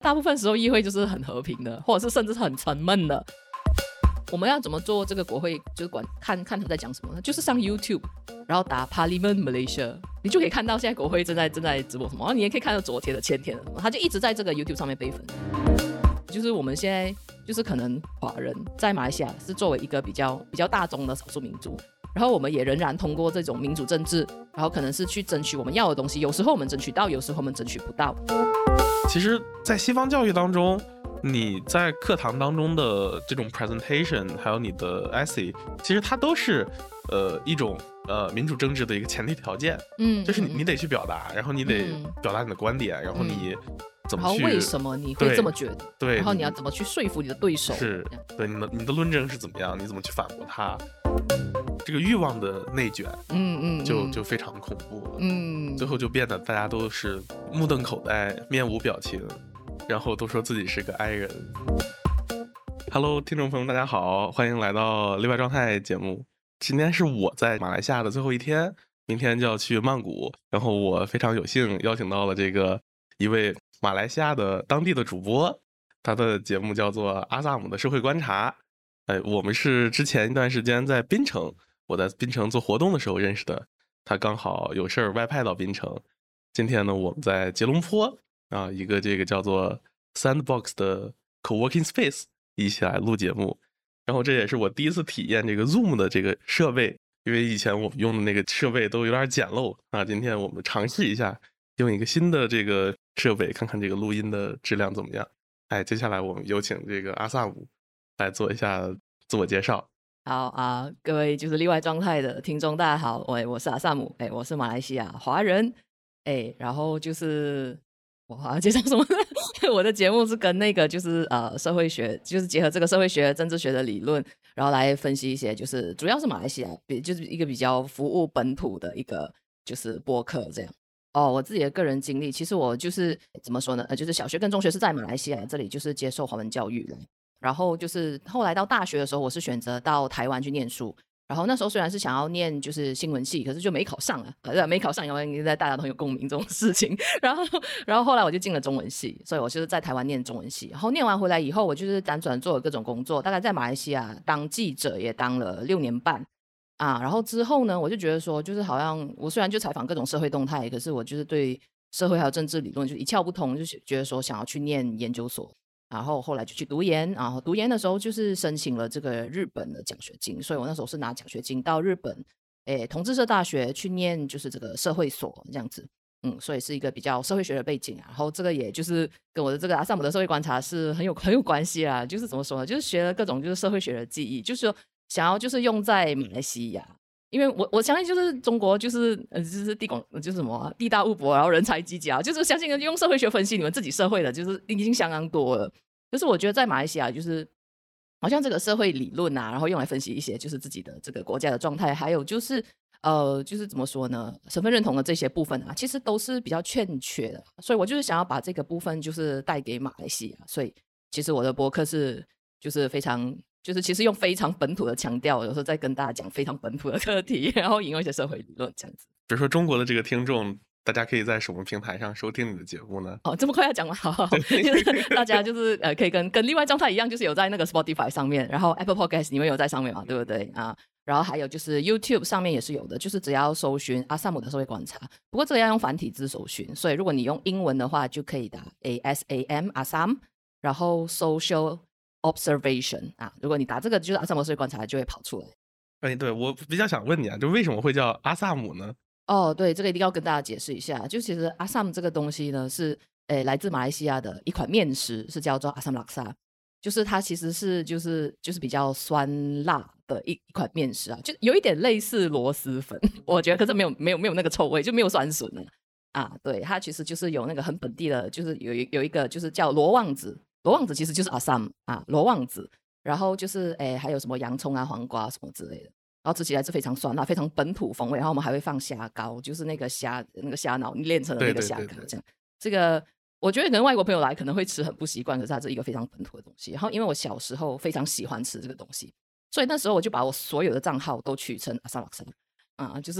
大部分时候议会就是很和平的，或者是甚至是很沉闷的。我们要怎么做这个国会，就是看他在讲什么呢？就是上 YouTube， 然后打 Parliament Malaysia， 你就可以看到现在国会正在直播什么，然后你也可以看到昨天的前天的什么，他就一直在这个 YouTube 上面备份。就是我们现在就是可能华人在马来西亚是作为一个比较大众的少数民族，然后我们也仍然通过这种民主政治，然后可能是去争取我们要的东西，有时候我们争取到，有时候我们争取不到。 其实在西方教育当中，你在课堂当中的这种 presentation 还有你的 essay， 其实它都是一种民主政治的一个前提条件。就是你得去表达，然后你得表达你的观点，然后你怎么去， 然后为什么你会这么觉得？ 对， 然后你要怎么去说服你的对手？ 是，对，你的论证是怎么样？你怎么去反驳他？这个欲望的内卷，就非常恐怖了。最后就变得大家都是目瞪口呆，面无表情，然后都说自己是个 I 人。Hello， 听众朋友们，大家好，欢迎来到例外状态节目。今天是我在马来西亚的最后一天，明天就要去曼谷，然后我非常有幸邀请到了这个一位马来西亚的当地的主播，他的节目叫做阿萨姆的社会观察。我们是之前一段时间在槟城，我在槟城做活动的时候认识的，他刚好有事儿外派到槟城。今天呢，我们在吉隆坡啊，一个这个叫做 Sandbox 的 Co-working Space 一起来录节目。然后这也是我第一次体验这个 Zoom 的这个设备，因为以前我们用的那个设备都有点简陋啊。今天我们尝试一下用一个新的这个设备，看看这个录音的质量怎么样。接下来我们有请这个阿萨姆来做一下自我介绍。 好各位就是例外状态的听众大家好，我是阿萨姆，我是马来西亚华人，然后就是我要介绍什么呢？我的节目是跟那个就是社会学，就是结合这个社会学政治学的理论，然后来分析一些就是主要是马来西亚就是一个比较服务本土的一个就是播客这样。我自己的个人经历，其实我就是怎么说呢，就是小学跟中学是在马来西亚这里就是接受华文教育的，然后就是后来到大学的时候，我是选择到台湾去念书。然后那时候虽然是想要念就是新闻系，可是就没考上啊，没考上，因为大家都很有共鸣这种事情。然后后来我就进了中文系，所以我就是在台湾念中文系。然后念完回来以后，我就是辗转做了各种工作，大概在马来西亚当记者也当了6年半啊。然后之后呢，我就觉得说，就是好像我虽然就采访各种社会动态，可是我就是对社会还有政治理论就一窍不通，就觉得说想要去念研究所。然后后来就去读研，然后读研的时候就是申请了这个日本的奖学金，所以我那时候是拿奖学金到日本同志社大学去念就是这个社会所这样子。所以是一个比较社会学的背景然后这个也就是跟我的这个阿萨姆的社会观察是很有关系啦。就是怎么说呢，就是学了各种就是社会学的技艺，就是说想要就是用在马来西亚。因为我相信就是中国就是就是什么地大物博，然后人才济济啊，就是相信用社会学分析你们自己社会的就是已经相当多了。可是我觉得在马来西亚就是好像这个社会理论啊，然后用来分析一些就是自己的这个国家的状态，还有就是就是怎么说呢，身份认同的这些部分啊，其实都是比较欠缺的。所以我就是想要把这个部分就是带给马来西亚，所以其实我的播客是就是非常就是其实用非常本土的强调，有时候在跟大家讲非常本土的课题，然后引用一些社会理论这样子。 比如说中国的这个听众，大家可以在什么平台上收听你的节目呢？ 这么快要讲吗？好，就是大家就是可以跟另外状态一样，就是有在那个 Spotify 上面，然后 Apple Podcast 你们有在上面嘛，对不对啊？然后还有就是 YouTube 上面也是有的，就是只要搜寻阿萨姆的社会观察，不过这个要用繁体字搜寻，所以如果你用英文的话，就可以打 ASAM 阿萨姆，然后 Social Observation 如果你打这个就是阿萨姆社会观察就会跑出来。 对，我比较想问你就为什么会叫阿萨姆呢？ 对，这个一定要跟大家解释一下，就其实阿萨姆这个东西呢是来自马来西亚的一款面食，是叫做阿萨姆拉萨，就是它其实是就是比较酸辣的一款面食啊，就有一点类似螺蛳粉，我觉得，可是没有那个臭味，就没有酸笋对，它其实就是有那个很本地的，就是有一个就是叫罗旺子其实就是阿萨姆罗旺子，然后就是还有什么洋葱黄瓜什么之类的。然后吃起来是非常酸辣，非常本土风味。然后我们还会放虾膏，就是那个虾脑炼成的那个虾膏，这样。这个我觉得可能外国朋友来可能会吃很不习惯，可是它是一个非常本土的东西。然后因为我小时候非常喜欢吃这个东西，所以那时候我就把我所有的账号都取成阿萨拉萨就是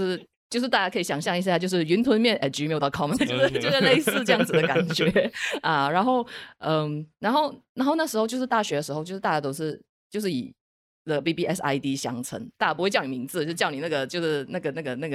就是大家可以想象一下，就是云吞面 @gmail.com， 就是类似这样子的感觉啊。然后那时候就是大学的时候，就是大家都是就是以的 BBSID 相称，大家不会叫你名字，就叫你那个就是那个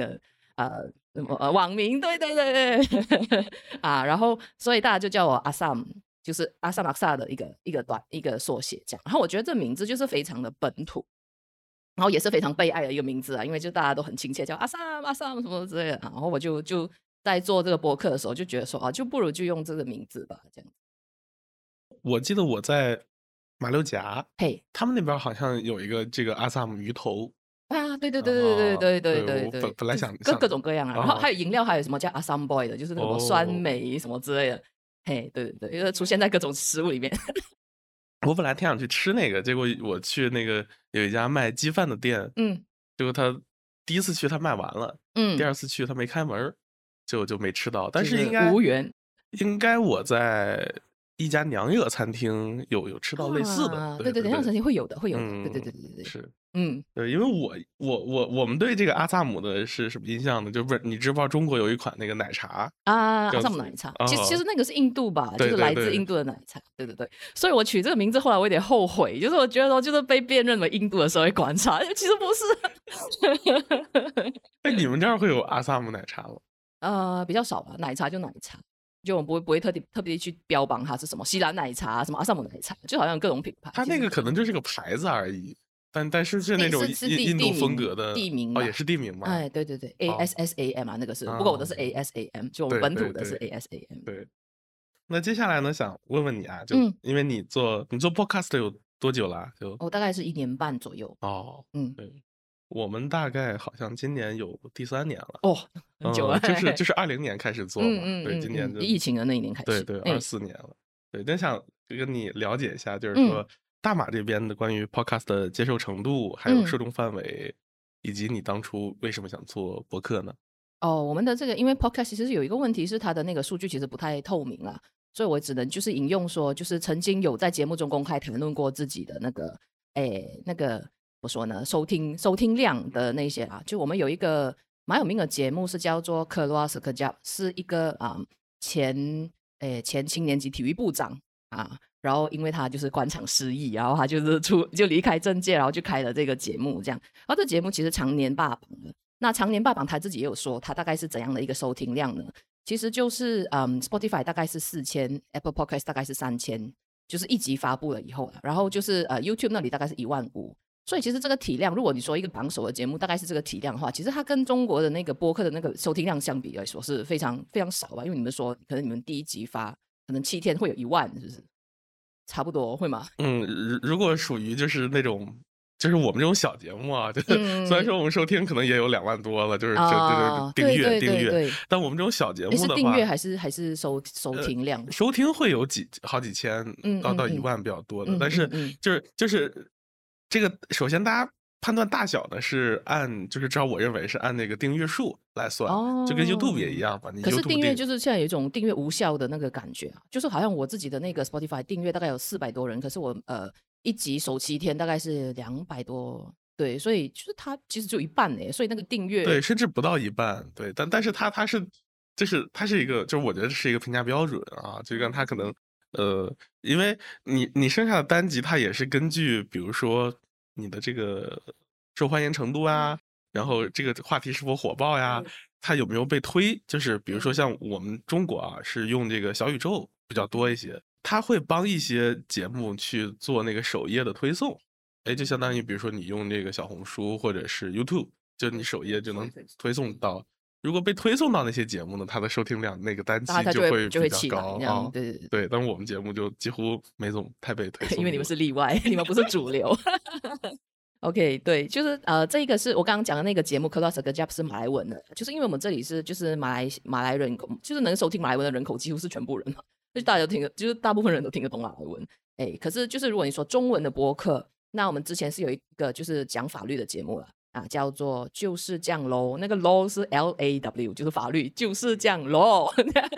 网名，对啊，然后所以大家就叫我阿 Sam， 就是阿萨马萨的一个缩写这样。然后我觉得这名字就是非常的本土，然后也是非常被爱的一个名字啊，因为就大家都很亲切叫阿 Sam 什么之类的。然后我就在做这个播客的时候就觉得说就不如就用这个名字吧这样。 我记得我在马六甲，他们那边好像有一个这个阿萨姆鱼头啊，对， 我本来想各种各样啊，然后还有饮料，还有什么叫 Assam Boy 的，就是那种酸梅什么之类的，对，就是出现在各种食物里面。 我本来挺想去吃那个，结果我去那个有一家卖鸡饭的店，结果他第一次去他卖完了，第二次去他没开门，就没吃到。但是应该我在一家娘惹餐厅有吃到类似的， 对，娘惹餐厅会有的，对， 是，对，因为我们对这个阿萨姆的是什么印象呢？就不是你知不知道中国有一款那个奶茶啊，阿萨姆奶茶，其实那个是印度吧，就是来自印度的奶茶，对，所以我取这个名字后来我有点后悔，就是我觉得说就是被辨认为印度的时候会观察，其实不是。 你们这儿会有阿萨姆奶茶吗？ 比较少吧，奶茶就奶茶。就我们不会特别去标榜它是什么西兰奶茶、什么阿萨姆奶茶，就好像各种品牌。 它那个可能就是个牌子而已，但是那种印度风格的地名也是地名吗？ 对，ASSAM 啊，那个是，不过我的是 ASAM，就我们本土的是 ASAM。 对，那接下来呢，想问问你啊，就因为你做 podcast 有多久了？ 大概是1年半左右。 对。我们大概好像今年有第3年了很久了， 就是20年开始做嘛，对，今年疫情的那一年开始， 对，24年了，对，真想跟你了解一下，就是说大马这边的关于 podcast 的接受程度，还有受众范围，以及你当初为什么想做播客呢？ 我们的这个因为 podcast 其实有一个问题是它的那个数据其实不太透明啦，所以我只能就是引用说，就是曾经有在节目中公开谈论过自己的那个我说呢，收听量的那些就我们有一个蛮有名的节目是叫做 Keluar Sekejap， 是一个前青年级体育部长然后因为他就是官场失意，然后他就离开政界，然后就开了这个节目这样。然后这节目其实常年霸榜的，那常年霸榜他自己也有说他大概是怎样的一个收听量呢？其实就是Spotify 大概是4000， Apple Podcast 大概是3000，就是一集发布了以后，然后就是YouTube 那里大概是15000。所以其实这个体量，如果你说一个榜首的节目大概是这个体量的话，其实它跟中国的那个播客的那个收听量相比来说是非常非常少吧。因为你们说可能你们第一集发可能7天会有1万，是不是差不多会吗？ 如果属于就是那种就是我们这种小节目啊，虽然说我们收听可能也有2万多了，就是订阅，但我们这种小节目的话， 是订阅还是收听量？ 收听会有好几千到1万比较多的，但是就是这个首先大家判断大小呢是就是至少我认为是按那个订阅数来算，就跟 YouTube 也一样吧。 可是订阅就是现在有一种订阅无效的那个感觉就是好像我自己的那个 Spotify 订阅大概有400多人，可是我一集首7天大概是200多，对，所以就是它其实就一半所以那个订阅对甚至不到一半，对，但是它是就是它是一个就是我觉得是一个评价标准就跟它可能因为你剩下的单集它也是根据比如说你的这个受欢迎程度然后这个话题是否火爆它有没有被推，就是比如说像我们中国是用这个小宇宙比较多一些，它会帮一些节目去做那个首页的推送，就相当于比如说你用这个小红书或者是 YouTube， 就你首页就能推送到。如果被推送到那些节目呢，它的收听量那个单期就会比较高对，但我们节目就几乎没怎么太被推送， 因为你们是例外，你们不是主流。OK， 对，就是这个是我刚刚讲的那个节目 Keluar Sekejap 是马来文的，就是因为我们这里是就是马来人口，就是能收听马来文的人口几乎是全部人就大家都听就是大部分人都听得懂马来文可是就是如果你说中文的播客，那我们之前是有一个就是讲法律的节目了叫做就是这样咯，那个 law 是 LAW， 就是法律就是这样咯。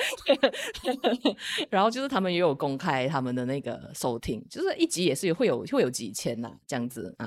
然后就是他们也有公开他们的那个收听，就是一集也是会有几千这样子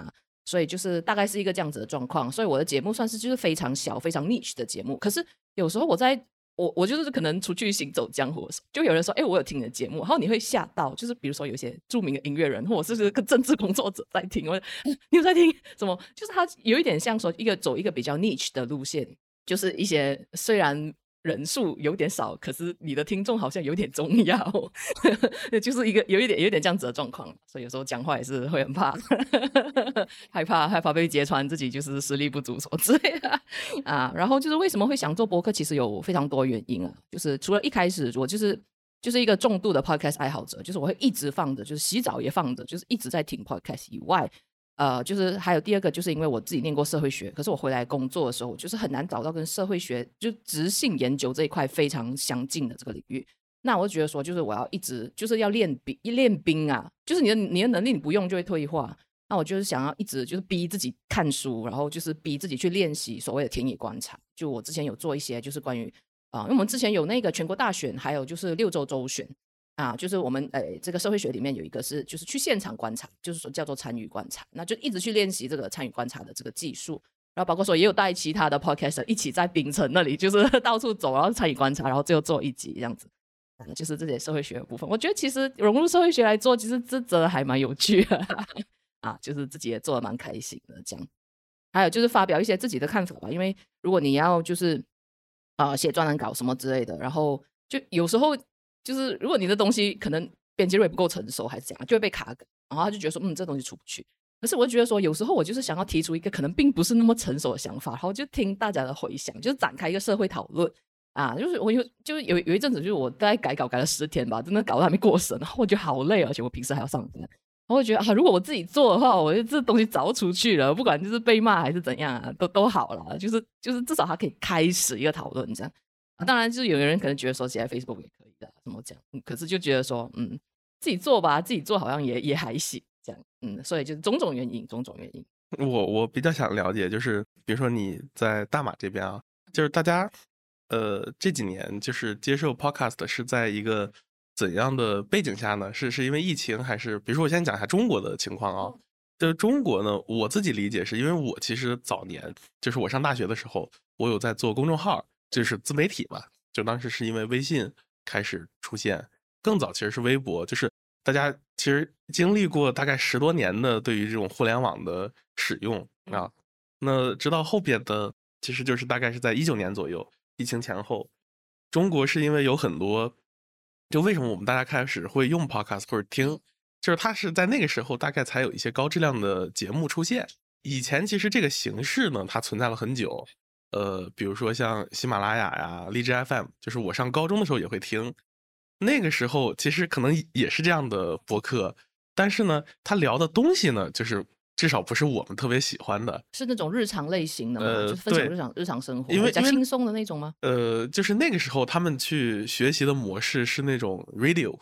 所以就是大概是一个这样子的状况。所以我的节目算是就是非常小非常 niche 的节目，可是有时候我就是可能出去行走江湖的时候，就有人说我有听你的节目，然后你会吓到，就是比如说有一些著名的音乐人或者是个政治工作者在听，你有在听什么，就是他有一点像说走一个比较 niche 的路线，就是一些虽然人数有点少，可是你的听众好像有点重要就是有一点这样子的状况，所以有时候讲话也是会很怕害怕被揭穿自己就是实力不足什么之类的啊。然后就是为什么会想做播客，其实有非常多原因啊，就是除了一开始我就是一个重度的 podcast 爱好者，就是我会一直放着，就是洗澡也放着，就是一直在听 podcast 以外，就是还有第二个，就是因为我自己念过社会学，可是我回来工作的时候，就是很难找到跟社会学就质性研究这一块非常相近的这个领域。那我就觉得说，就是我要一直就是要练兵啊，就是你的能力你不用就会退化。那我就是想要一直就是逼自己看书，然后就是逼自己去练习所谓的田野观察。就我之前有做一些就是关于因为我们之前有那个全国大选，还有就是6州州选。就是我们这个社会学里面有一个是就是去现场观察，就是说叫做参与观察，那就一直去练习这个参与观察的这个技术。然后包括说也有带其他的 podcaster 一起在槟城那里就是到处走，然后参与观察，然后最后做一集这样子。就是这些社会学的部分，我觉得其实融入社会学来做，其实这真的还蛮有趣的就是自己也做得蛮开心的这样。还有就是发表一些自己的看法吧，因为如果你要就是写专栏稿什么之类的，然后就有时候就是如果你的东西可能编辑认为不够成熟还是怎样，就会被卡梗，然后他就觉得说这东西出不去。可是我就觉得说有时候我就是想要提出一个可能并不是那么成熟的想法，然后就听大家的回响，就是展开一个社会讨论就是我有一阵子就是我大概改稿改了10天吧，真的稿都还没过审，然后我觉得好累，而且我平时还要上班，然后我觉得如果我自己做的话，我觉得这东西早出去了，不管就是被骂还是怎样都好了，就是至少它可以开始一个讨论这样当然就是有人可能觉得说写在 Facebook 也可以的什么这样可是就觉得说自己做吧，自己做好像也还行这样所以就是种种原因。 我比较想了解，就是比如说你在大马这边啊，就是大家这几年就是接受 podcast 是在一个怎样的背景下呢？是因为疫情，还是比如说我先讲一下中国的情况啊？就是中国呢，我自己理解是因为我其实早年就是我上大学的时候，我有在做公众号，就是自媒体嘛，就当时是因为微信开始出现，更早其实是微博，就是大家其实经历过大概10多年的对于这种互联网的使用啊，那直到后边的其实就是大概是在19年左右。疫情前后，中国是因为有很多，就为什么我们大家开始会用 podcast 或者听，就是它是在那个时候大概才有一些高质量的节目出现。以前其实这个形式呢，它存在了很久，比如说像喜马拉雅呀、荔枝 FM， 就是我上高中的时候也会听。那个时候其实可能也是这样的播客，但是呢，他聊的东西呢，就是至少不是我们特别喜欢的， 是那种日常类型的吗？就分享日常生活， 因为比较轻松的那种吗？ 就是那个时候他们去学习的模式是那种 radio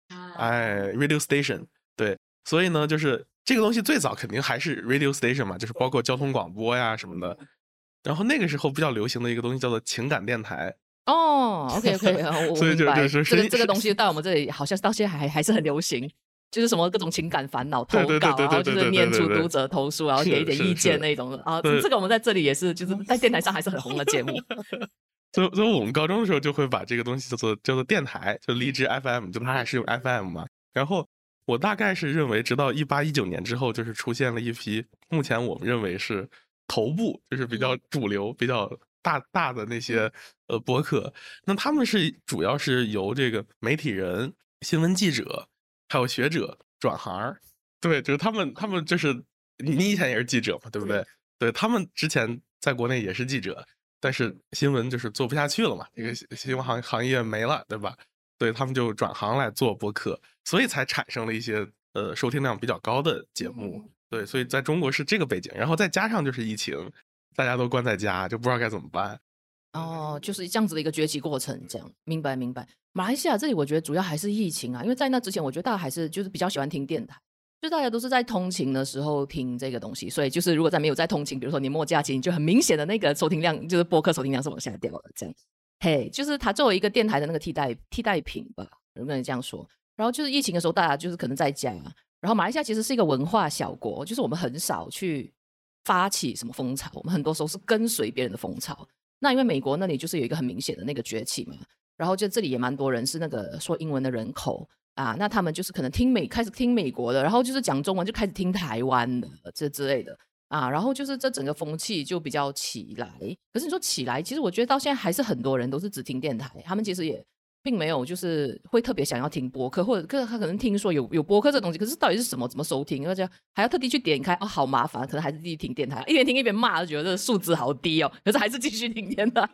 station， 对，所以呢，就是这个东西最早肯定还是 radio station 嘛，就是包括交通广播呀什么的。然后那个时候比较流行的一个东西叫做情感电台。 OK， 我明白。这个东西到我们这里好像到现在还是很流行。就是什么各种情感烦恼投稿，然后就是念出读者投诉，然后给一点意见那种这个我们在这里也是，就是在电台上还是很红的节目。 所以我们高中的时候就会把这个东西叫做电台，就荔枝 FM， 就它还是用 FM 嘛。然后我大概是认为，直到18、19年之后，就是出现了一批目前我们认为是头部，就是比较主流、比较大的那些播客。那他们是主要是由这个媒体人、新闻记者。还有学者转行，对，就是他们就是你以前也是记者嘛，对不对？对，他们之前在国内也是记者，但是新闻就是做不下去了嘛，这个新闻行业没了，对吧？对，他们就转行来做播客，所以才产生了一些收听量比较高的节目。对，所以在中国是这个背景，然后再加上就是疫情，大家都关在家，就不知道该怎么办。 就是这样子的一个崛起过程，这样明白。马来西亚这里我觉得主要还是疫情因为在那之前我觉得大家还是就是比较喜欢听电台，就大家都是在通勤的时候听这个东西，所以就是如果在没有在通勤，比如说年末假期，你就很明显的那个收听量就是播客收听量是往下掉的这样。就是它作为一个电台的那个替代品吧，有没有这样说？然后就是疫情的时候大家就是可能在家然后马来西亚其实是一个文化小国，就是我们很少去发起什么风潮，我们很多时候是跟随别人的风潮。那因为美国那里就是有一个很明显的那个崛起嘛，然后就这里也蛮多人是那个说英文的人口啊，那他们就是可能开始听美国的，然后就是讲中文就开始听台湾的这之类的啊，然后就是这整个风气就比较起来。可是你说起来，其实我觉得到现在还是很多人都是只听电台，他们其实也并没有就是会特别想要听播客，或者他可能听说有播客这东西，可是到底是什么怎么收听，而且还要特地去点开，哦，好麻烦，可能还是自己听电台，一边听一边骂，就觉得这个素质好低哦，可是还是继续听电台。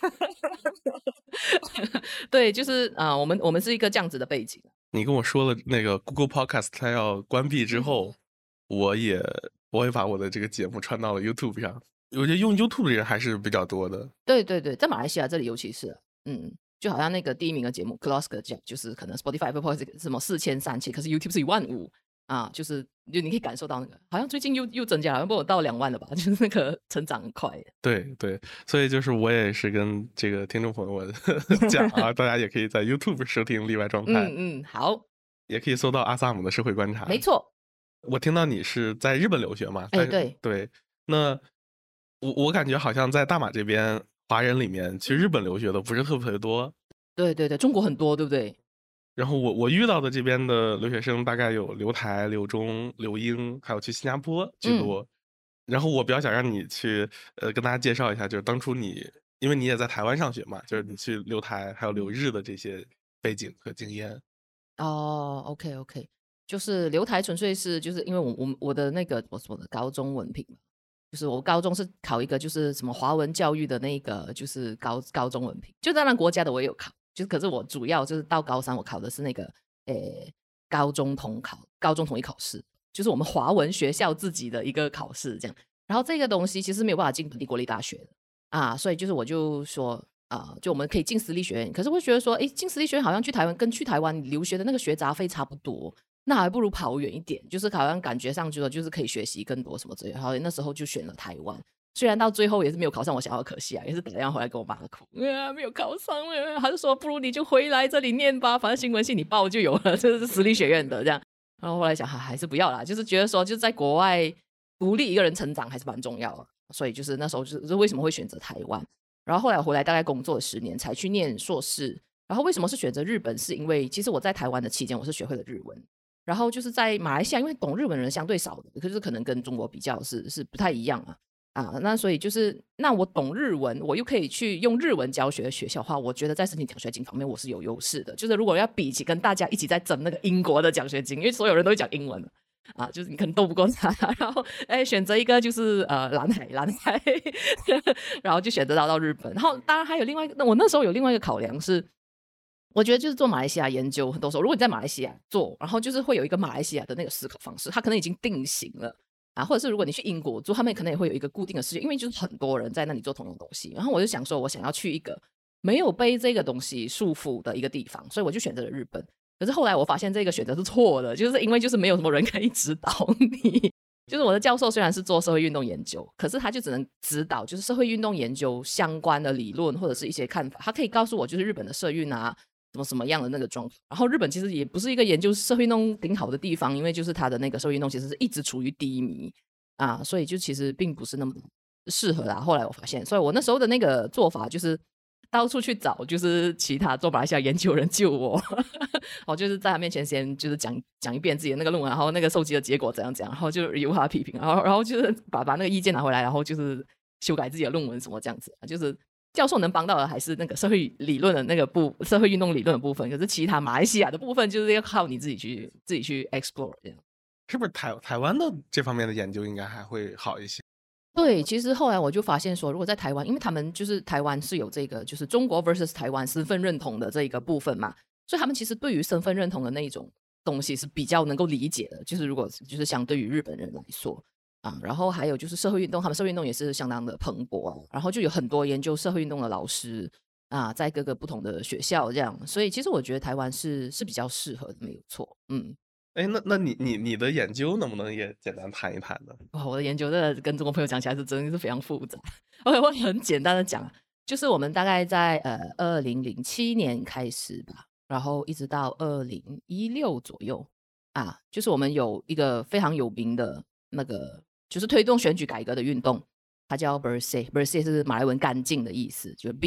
对，就是我们是一个这样子的背景。 你跟我说了那个 Google Podcast 它要关闭之后，我也把我的这个节目传到了 YouTube 上。我觉得用 YouTube 的人还是比较多的。 对对对，在马来西亚这里尤其是，就好像那个第一名的节目 Klosk 讲，就是可能 Spotify 什么4000、3000，可是 YouTube 是15000啊，就你可以感受到那个，好像最近又增加了，好像不我到2万了吧，就是那个成长很快。 对对，所以就是我也是跟这个听众朋友们讲啊，大家也可以在 YouTube 收听例外状态。 好， 也可以搜到阿萨姆的社会观察。 没错， 我听到你是在日本留学嘛？对，那我感觉好像在大马这边华人里面去日本留学的不是特别多。 对对对，中国很多，对不对？ 然后我遇到的这边的留学生大概有留台、留中、留英，还有去新加坡居多。然后我比较想让你去跟大家介绍一下，就是当初因为你也在台湾上学嘛，就是你去留台还有留日的这些背景和经验。 哦 ，OK， 就是留台纯粹是就是因为我的那个我的高中文凭嘛，就是我高中是考一个就是什么华文教育的那个就是高中文凭，就当然国家的我也有考，就是可是我主要就是到高3我考的是那个高中统一考试，就是我们华文学校自己的一个考试这样。然后这个东西其实没有办法进本地国立大学的啊，所以就是我就说就我们可以进私立学院，可是我觉得说进私立学院好像跟去台湾留学的那个学杂费差不多，那还不如跑远一点，就是好像感觉上去了就是可以学习更多什么之类的。然后那时候就选了台湾，虽然到最后也是没有考上我想要的可惜啊，也是打电话回来跟我妈哭没有考上，他就说不如你就回来这里念吧，反正新闻系你报就有了，这是私立学院的这样。然后后来想还是不要啦，就是觉得说就是在国外独立一个人成长还是蛮重要的，所以就是那时候就是为什么会选择台湾。然后后来我回来大概工作了10年才去念硕士。然后为什么是选择日本，是因为其实我在台湾的期间我是学会了日文，然后就是在马来西亚因为懂日文的人相对少的，可是可能跟中国比较是不太一样那所以就是那我懂日文，我又可以去用日文教学的学校的话，我觉得在申请奖学金方面我是有优势的，就是如果要比起跟大家一起在争那个英国的奖学金，因为所有人都会讲英文就是你可能斗不过他，然后选择一个就是蓝海然后就选择到日本。然后当然还有另外一个，我那时候有另外一个考量是，我觉得就是做马来西亚研究，很多时候如果你在马来西亚做，然后就是会有一个马来西亚的那个思考方式，它可能已经定型了或者是如果你去英国做，他们可能也会有一个固定的世界，因为就是很多人在那里做同样的东西。然后我就想说我想要去一个没有被这个东西束缚的一个地方，所以我就选择了日本。可是后来我发现这个选择是错的，就是因为就是没有什么人可以指导你，就是我的教授虽然是做社会运动研究，可是他就只能指导就是社会运动研究相关的理论或者是一些看法，他可以告诉我就是日本的社运什么样的那个状况。然后日本其实也不是一个研究社会运动顶好的地方，因为就是他的那个社会运动其实是一直处于低迷所以就其实并不是那么适合后来我发现，所以我那时候的那个做法就是到处去找就是其他做马来西亚研究人救我我就是在他面前先就是讲一遍自己的那个论文，然后那个收集的结果怎样，然后就由他批评，然后就是把那个意见拿回来，然后就是修改自己的论文什么这样子就是教授能帮到的还是那个社会理论的那个社会运动理论的部分，可是其他马来西亚的部分就是要靠你自己去 explore 这样。 是不是台湾的这方面的研究应该还会好一些？ 对，其实后来我就发现说，如果在台湾，因为他们就是台湾是有这个就是中国 versus 台湾身份认同的这一个部分嘛，所以他们其实对于身份认同的那一种东西是比较能够理解的，就是如果就是相对于日本人来说然后还有就是社会运动，他们社会运动也是相当的蓬勃然后就有很多研究社会运动的老师在各个不同的学校这样，所以其实我觉得台湾是比较适合的，没有错。 那你的研究能不能也简单谈一谈呢？ 我的研究真的跟中国朋友讲起来是真的是非常复杂。我很简单的讲，就是我们大概在2007年开始吧，然后一直到2016左右啊，就是我们有一个非常有名的那个就是推动选举改革的运动，它叫 Bersih 是马来文干净的意思，就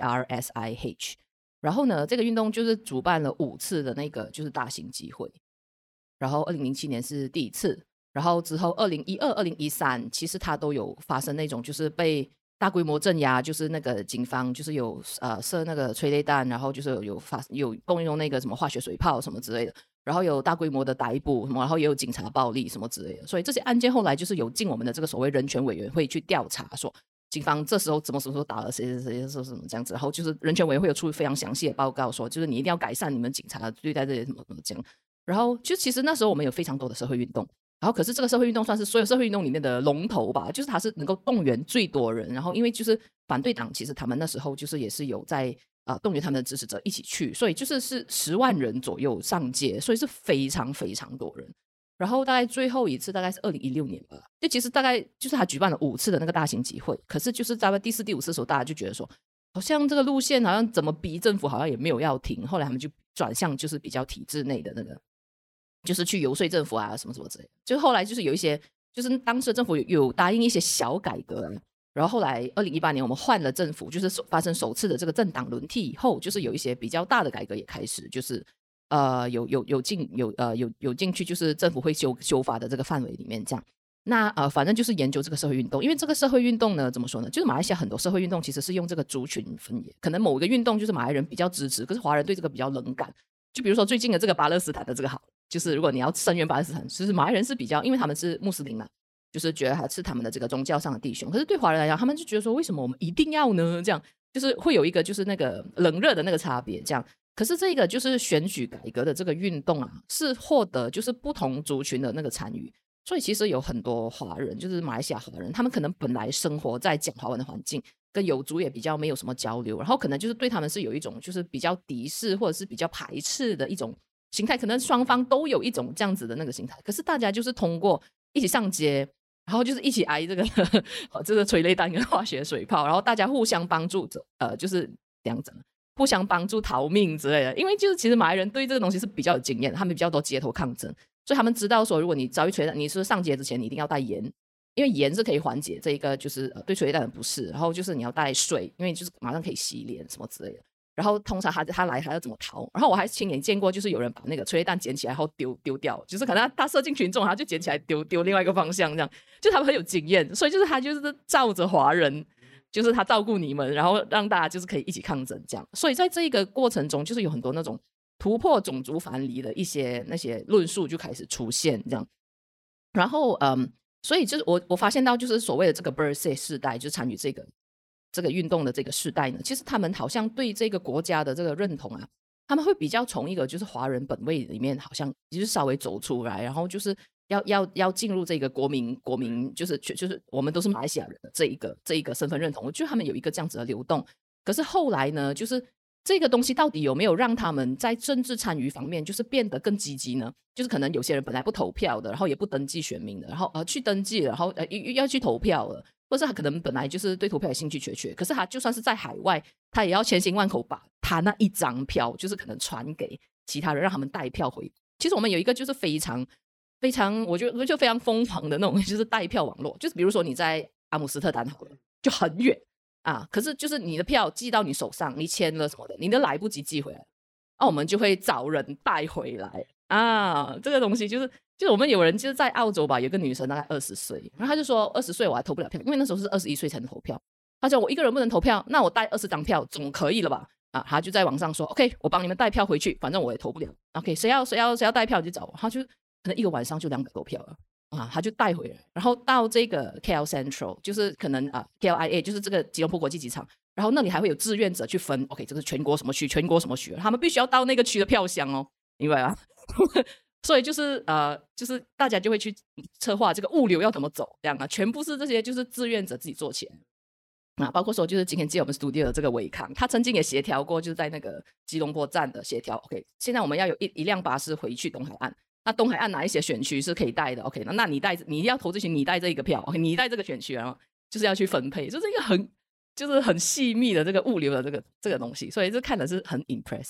BERSIH。然后呢，这个运动就是主办了5次的那个就是大型集会，然后2007年是第1次，然后之后2012、2013其实它都有发生那种就是被大规模镇压，就是那个警方就是有射那个催泪弹，然后就是有动用那个什么化学水炮什么之类的，然后有大规模的逮捕什么，然后也有警察暴力什么之类的，所以这些案件后来就是有进我们的这个所谓人权委员会去调查，说警方这时候什么时候打了谁什么这样子，然后就是人权委员会有出非常详细的报告，说就是你一定要改善你们警察对待这些什么这样。然后就其实那时候我们有非常多的社会运动，然后可是这个社会运动算是所有社会运动里面的龙头吧，就是它是能够动员最多人，然后因为就是反对党其实他们那时候就是也是有在动员他们的支持者一起去，所以就是10万人左右上街，所以是非常非常多人。然后大概最后一次大概是2016年吧，就其实大概就是他举办了5次的那个大型集会，可是就是在第4、第5次的时候，大家就觉得说好像这个路线好像怎么逼政府好像也没有要停，后来他们就转向就是比较体制内的那个，就是去游说政府啊什么什么之类的。就后来就是有一些就是当时政府 有答应一些小改革，然后后来2018年我们换了政府，就是发生首次的这个政党轮替以后，就是有一些比较大的改革也开始，就是有进去，就是政府会修法的这个范围里面这样。那反正就是研究这个社会运动，因为这个社会运动呢怎么说呢，就是马来西亚很多社会运动其实是用这个族群分野，可能某一个运动就是马来人比较支持，可是华人对这个比较冷感。就比如说最近的这个巴勒斯坦的这个好，就是如果你要声援巴勒斯坦，就是马来人是比较，因为他们是穆斯林嘛，就是觉得他是他们的这个宗教上的弟兄，可是对华人来讲他们就觉得说为什么我们一定要呢，这样就是会有一个就是那个冷热的那个差别这样。可是这个就是选举改革的这个运动啊，是获得就是不同族群的那个参与，所以其实有很多华人，就是马来西亚华人，他们可能本来生活在讲华文的环境，跟有族也比较没有什么交流，然后可能就是对他们是有一种就是比较敌视或者是比较排斥的一种心态，可能双方都有一种这样子的那个心态，可是大家就是通过一起上街，然后就是一起挨这个这个催泪弹跟化学水炮，然后大家互相帮助就是这样子互相帮助逃命之类的。因为就是其实马来人对这个东西是比较有经验，他们比较多街头抗争，所以他们知道说如果你遭遇催泪弹，你是上街之前你一定要带盐，因为盐是可以缓解这一个就是对催泪弹的不适，然后就是你要带水，因为就是马上可以洗脸什么之类的。然后通常他来还要怎么逃，然后我还亲眼见过就是有人把那个催泪弹捡起来然后丢掉，就是可能他射进群众他就捡起来丢另外一个方向，这样就他们很有经验，所以就是他就是照着华人，就是他照顾你们，然后让大家就是可以一起抗争这样。所以在这个过程中就是有很多那种突破种族藩篱的一些那些论述就开始出现这样。然后所以就是我发现到就是所谓的这个 Bersih 世代，就参与这个运动的这个世代呢，其实他们好像对这个国家的这个认同啊，他们会比较从一个就是华人本位里面好像就是稍微走出来，然后就是要进入这个国民就是我们都是马来西亚人的这一个身份认同，我觉得他们有一个这样子的流动。可是后来呢，就是这个东西到底有没有让他们在政治参与方面就是变得更积极呢？就是可能有些人本来不投票的，然后也不登记选民的，然后去登记了，然后要去投票了，或者是他可能本来就是对投票有兴趣缺，可是他就算是在海外，他也要千辛万苦把他那一张票就是可能传给其他人，让他们带票回。其实我们有一个就是非常我觉得就非常疯狂的那种就是带票网络，就是比如说你在阿姆斯特丹好了，就很远啊，可是就是你的票寄到你手上，你签了什么的，你都来不及寄回来，我们就会找人带回来啊。这个东西就是我们有人就是在澳洲吧，有个女生大概20岁，然后她就说20岁我还投不了票，因为那时候是21岁才能投票。她说我一个人不能投票，那我带20张票总可以了吧？啊，她就在网上说 OK， 我帮你们带票回去，反正我也投不了。OK， 谁要带票就找我。她就可能一个晚上就200多票了啊，他就带回来，然后到这个 KL Central， 就是可能KLIA， 就是这个吉隆坡国际机场，然后那里还会有志愿者去分 OK， 这个全国什么区，他们必须要到那个区的票箱哦，明白吗？所以就是大家就会去策划这个物流要怎么走，这样啊，全部是这些就是志愿者自己做起来啊，包括说就是今天接我们 studio 的这个伟康，他曾经也协调过，就是在那个吉隆坡站的协调 OK， 现在我们要有一辆巴士回去东海岸。那东海岸哪一些选区是可以带的 OK， 那你要投这些，你带这一个票 OK， 你带这个选区，然后就是要去分配，就是一个很细密的这个物流的这个东西，所以这看的是很 impressive。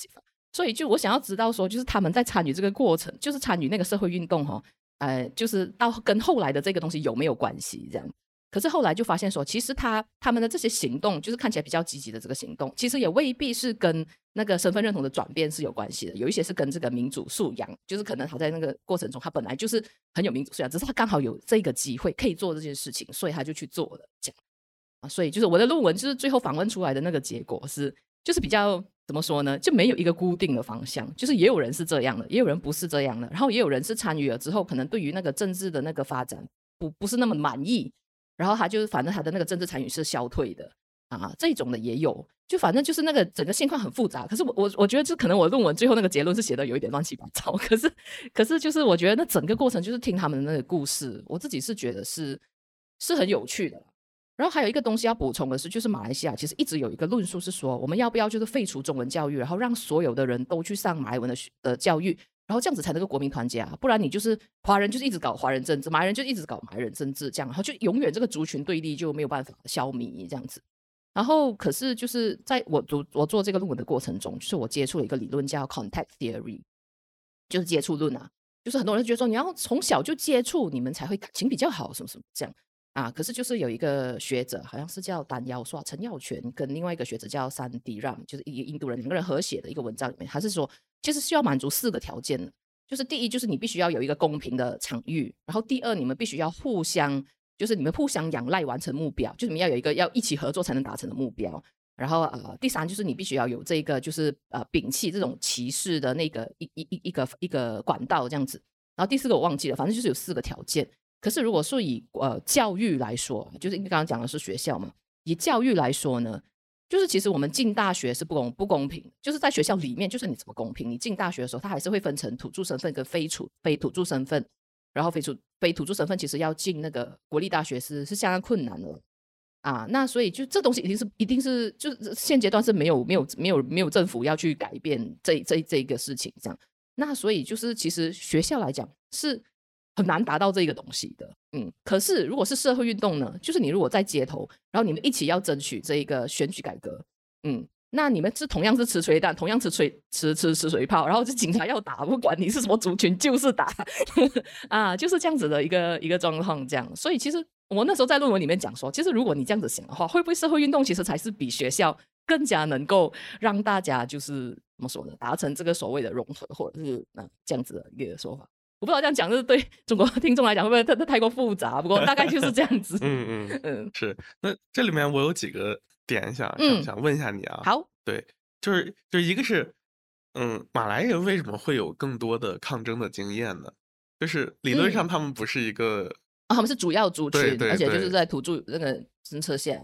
所以就我想要知道说，就是他们在参与这个过程，就是参与那个社会运动就是到跟后来的这个东西有没有关系这样。可是后来就发现说，其实他们的这些行动，就是看起来比较积极的这个行动，其实也未必是跟那个身份认同的转变是有关系的，有一些是跟这个民主素养，就是可能他在那个过程中他本来就是很有民主素养，只是他刚好有这个机会可以做这件事情，所以他就去做了这样。所以就是我的论文就是最后访问出来的那个结果是，就是比较怎么说呢，就没有一个固定的方向，就是也有人是这样的，也有人不是这样的，然后也有人是参与了之后可能对于那个政治的那个发展不是那么满意，然后他就是反正他的那个政治参与是消退的这种的也有，就反正就是那个整个现况很复杂。可是我觉得就可能我论文最后那个结论是写的有一点乱七八糟，可是就是我觉得那整个过程就是听他们的那个故事，我自己是觉得是很有趣的。然后还有一个东西要补充的是，就是马来西亚其实一直有一个论述是说，我们要不要就是废除中文教育，然后让所有的人都去上马来文的教育，然后这样子才能够国民团结不然你就是华人就是一直搞华人政治，马来人就一直搞马来人政治，这样然后就永远这个族群对立就没有办法消弭这样子。然后可是就是在我做这个论文的过程中，就是我接触了一个理论叫 context theory， 就是接触论就是很多人觉得说你要从小就接触，你们才会感情比较好什么什么这样可是就是有一个学者好像是叫陈耀全跟另外一个学者叫三迪ram，就是一个印度人，两个人合写的一个文章里面，他是说其实需要满足4个条件的，就是第一就是你必须要有一个公平的场域，然后第二你们必须要就是你们互相仰赖完成目标，就是你们要有一个要一起合作才能达成的目标，然后第三就是你必须要有这个就是摒弃这种歧视的那个一个管道这样子，然后第4个我忘记了，反正就是有4个条件。可是如果说以教育来说，就是因为刚刚讲的是学校嘛，以教育来说呢，就是其实我们进大学是不公平，就是在学校里面就是你怎么公平，你进大学的时候它还是会分成土著身份跟非土著身份，然后非土著身份其实要进那个国立大学是相当困难的那所以就这东西一定是就是现阶段是没有政府要去改变这个事情这样。那所以就是其实学校来讲是很难达到这个东西的可是如果是社会运动呢，就是你如果在街头，然后你们一起要争取这一个选举改革那你们是同样是吃催弹，同样吃水炮，然后就警察要打，不管你是什么族群就是打就是这样子的一个状况这样。所以其实我那时候在论文里面讲说，其实如果你这样子想的话，会不会社会运动其实才是比学校更加能够让大家就是怎么说呢，达成这个所谓的融合，或者是这样子的一个说法。我不知道这样讲是对中国听众来讲会不会太过复杂，不过大概就是这样子是。那这里面我有几个点想问一下你好， 对，就是一个是马来人为什么会有更多的抗争的经验呢？就是理论上他们不是一个他们是主要族群， 对而且就是在土著那个侦测线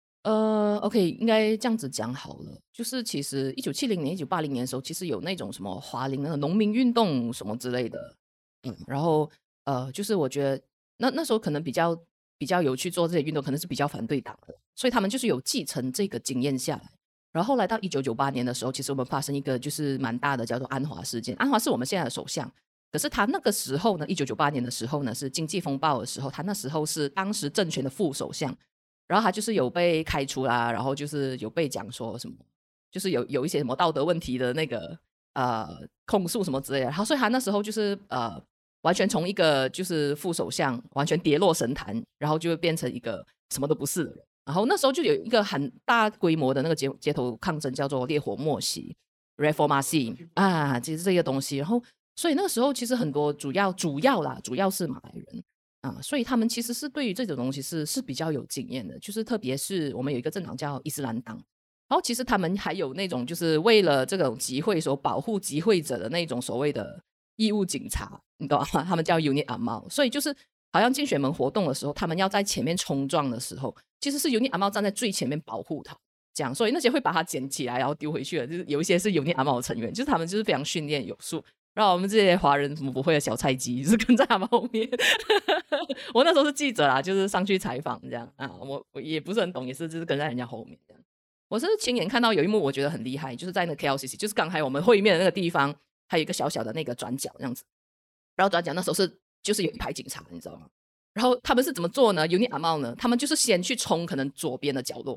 OK， 应该这样子讲好了，就是其实1970年1980年的时候，其实有那种什么华林那个农民运动什么之类的然后就是我觉得那时候可能比较有去做这些运动，可能是比较反对党的，所以他们就是有继承这个经验下来。然后后来到1998年的时候，其实我们发生一个就是蛮大的叫做安华事件。安华是我们现在的首相，可是他那个时候呢，1998年的时候呢是经济风暴的时候，他那时候是当时政权的副首相，然后他就是有被开除啦，然后就是有被讲说什么，就是有一些什么道德问题的那个控诉什么之类的，然后所以他那时候就是完全从一个就是副首相完全跌落神坛，然后就会变成一个什么都不是的人。然后那时候就有一个很大规模的那个街头抗争，叫做烈火默袭 Reformasi 其实这个东西。然后所以那个时候其实很多主要是马来人所以他们其实是对于这种东西是比较有经验的，就是特别是我们有一个政党叫伊斯兰党，然后其实他们还有那种就是为了这种集会所保护集会者的那种所谓的义务警察，你懂吗？他们叫 Unit Amal， 所以就是好像进选门活动的时候，他们要在前面冲撞的时候，其实是 Unit Amal 站在最前面保护他，这样，所以那些会把他捡起来然后丢回去的，就是有一些是 Unit Amal 的成员，就是他们就是非常训练有素。然后我们这些华人什么不会的小菜鸡就是跟在他们后面我那时候是记者啦，就是上去采访这样我也不是很懂，也是就是跟在人家后面这样。我是亲眼看到有一幕我觉得很厉害，就是在那个 KLCC， 就是刚才我们会面的那个地方，还有一个小小的那个转角这样子，然后转角那时候就是有一排警察，你知道吗？然后他们是怎么做呢？ Unit Amal 呢，他们就是先去冲可能左边的角落，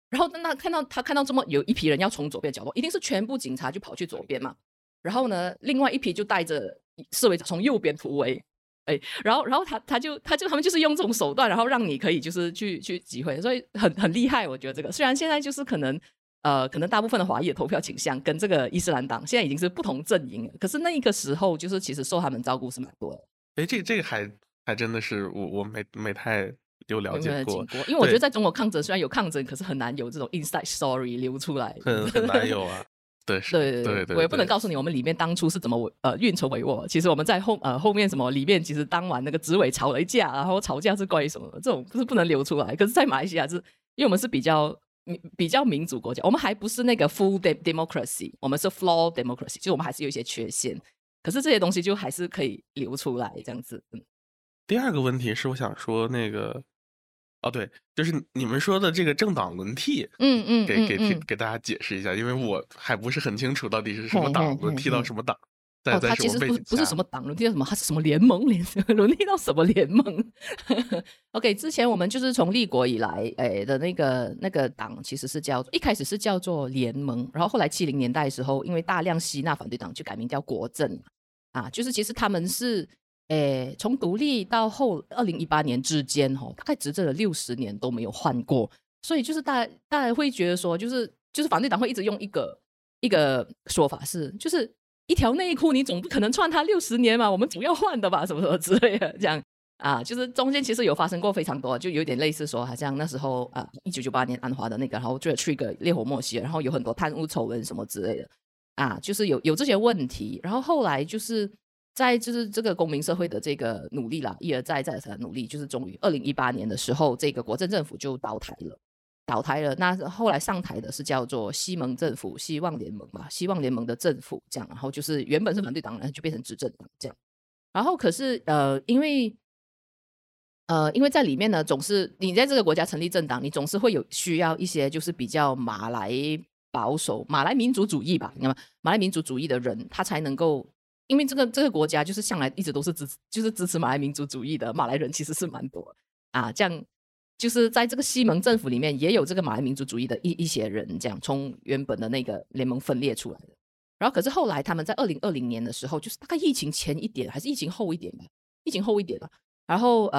然后那看到这么有一批人要从左边角落，一定是全部警察就跑去左边嘛，然后呢，另外一批就带着示威者从右边突围，然后他们就是用这种手段，然后让你可以就是去集会，所以很厉害，我觉得这个虽然现在就是可能大部分的华裔的投票倾向跟这个伊斯兰党现在已经是不同阵营了，可是那个时候就是其实受他们照顾是蛮多的。 这个还真的是我没太有了解过， 因为我觉得在中国抗争虽然有抗争，可是很难有这种 inside story 流出来， 很难有啊。对， 我也不能告诉你我们里面当初是怎么运筹帷幄。其实我们在后面什么里面，其实当晚那个执委吵了一架，然后吵架是关于什么的，这种是不能流出来。可是，在马来西亚因为我们是比较民主国家，我们还不是那个 full democracy， 我们是 flaw democracy， 就我们还是有一些缺陷。可是这些东西就还是可以流出来这样子。 第二个问题是我想说那个。对，就是你们说的这个政党轮替，给大家解释一下，因为我还不是很清楚到底是什么党轮替到什么党， 它其实不是什么党轮替到什么，它是什么联盟轮替到什么联盟？OK， 之前我们就是从立国以来，的那个党其实是一开始是叫做联盟，然后后来70年代的时候，因为大量吸纳反对党，就改名叫国阵啊，就是其实他们是。从独立到后2018年之间大概执政了60年都没有换过，所以就是大家会觉得说就是反对党会一直用一个说法是就是一条内裤你总不可能穿它60年嘛，我们总要换的吧，什么什么之类的这样啊，就是中间其实有发生过非常多，就有点类似说好像那时候1998年安华的那个，然后就去一个烈火莫熄，然后有很多贪污丑闻什么之类的啊，就是有这些问题，然后后来就是在就是这个公民社会的这个努力啦，一而再再而三的努力，就是终于2018年的时候，这个国阵政府就倒台了。那后来上台的是叫做希盟政府，希望联盟嘛，希望联盟的政府这样，然后就是原本是反对党人就变成执政党这样。然后可是因为在里面呢，总是你在这个国家成立政党，你总是会需要一些就是比较马来保守、马来民族主义吧，你看马来民族主义的人，他才能够。因为这个国家就是向来一直都是支持马来民族主义的马来人其实是蛮多啊，这样就是在这个西盟政府里面也有这个马来民族主义的一些人，这样从原本的那个联盟分裂出来的。然后可是后来他们在2020年的时候，就是大概疫情前一点还是疫情后一点吧，然后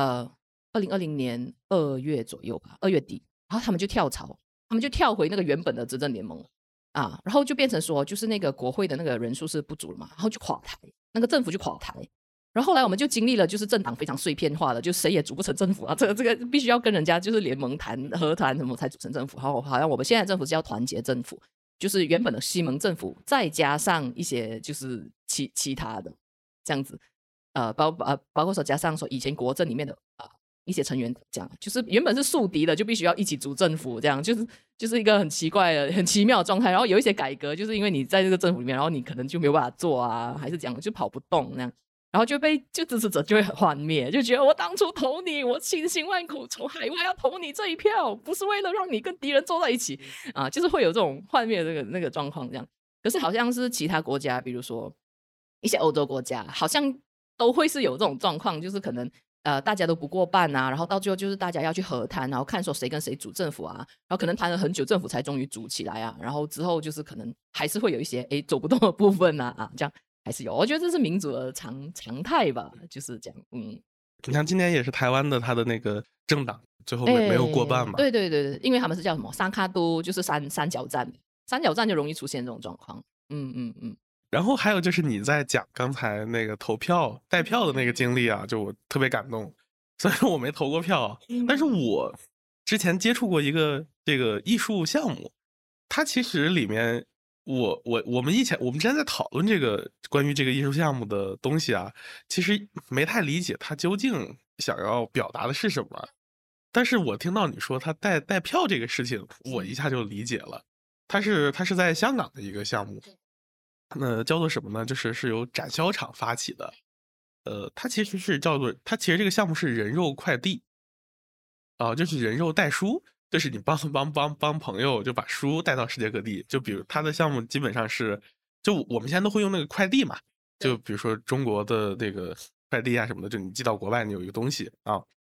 2020年2月左右吧，2月底，然后他们就跳槽，他们就跳回那个原本的执政联盟啊，然后就变成说，就是那个国会的那个人数是不足了嘛，然后就垮台，那个政府就垮台。然后后来我们就经历了，就是政党非常碎片化了，就谁也组不成政府啊，这个必须要跟人家就是联盟和谈什么才组成政府。好像我们现在政府是叫团结政府，就是原本的西盟政府再加上一些就是其他的这样子，包括说加上说以前国政里面的一些成员这样，就是原本是宿敌的，就必须要一起组政府，这样就是一个很奇怪的、很奇妙的状态。然后有一些改革，就是因为你在这个政府里面，然后你可能就没有办法做啊，还是这样就跑不动那样，然后就支持者就会很幻灭，就觉得我当初投你，我千辛万苦从海外要投你这一票，不是为了让你跟敌人坐在一起啊，就是会有这种幻灭的那个状况这样。可是好像是其他国家，比如说一些欧洲国家，好像都会是有这种状况，就是可能。大家都不过半啊，然后到最后就是大家要去和谈，然后看说谁跟谁组政府啊，然后可能谈了很久，政府才终于组起来啊，然后之后就是可能还是会有一些走不动的部分啊，这样还是有，我觉得这是民主的常态吧，就是这样。 你看今年也是台湾的他的那个政党最后没有过半嘛？ 对，因为他们是叫什么三卡都，就是三角战就容易出现这种状况。 然后还有就是你在讲刚才那个投票带票的那个经历啊，就我特别感动。虽然我没投过票，但是我之前接触过一个这个艺术项目，它其实里面我们之前在讨论这个关于这个艺术项目的东西啊，其实没太理解它究竟想要表达的是什么。但是我听到你说它带票这个事情，我一下就理解了。它是在香港的一个项目。叫做什么呢？是由展销厂发起的，它其实这个项目是人肉快递，就是人肉带书，就是你帮朋友就把书带到世界各地。就比如它的项目基本上是，就我们现在都会用那个快递嘛，就比如说中国的那个快递啊什么的，就你寄到国外，你有一个东西啊，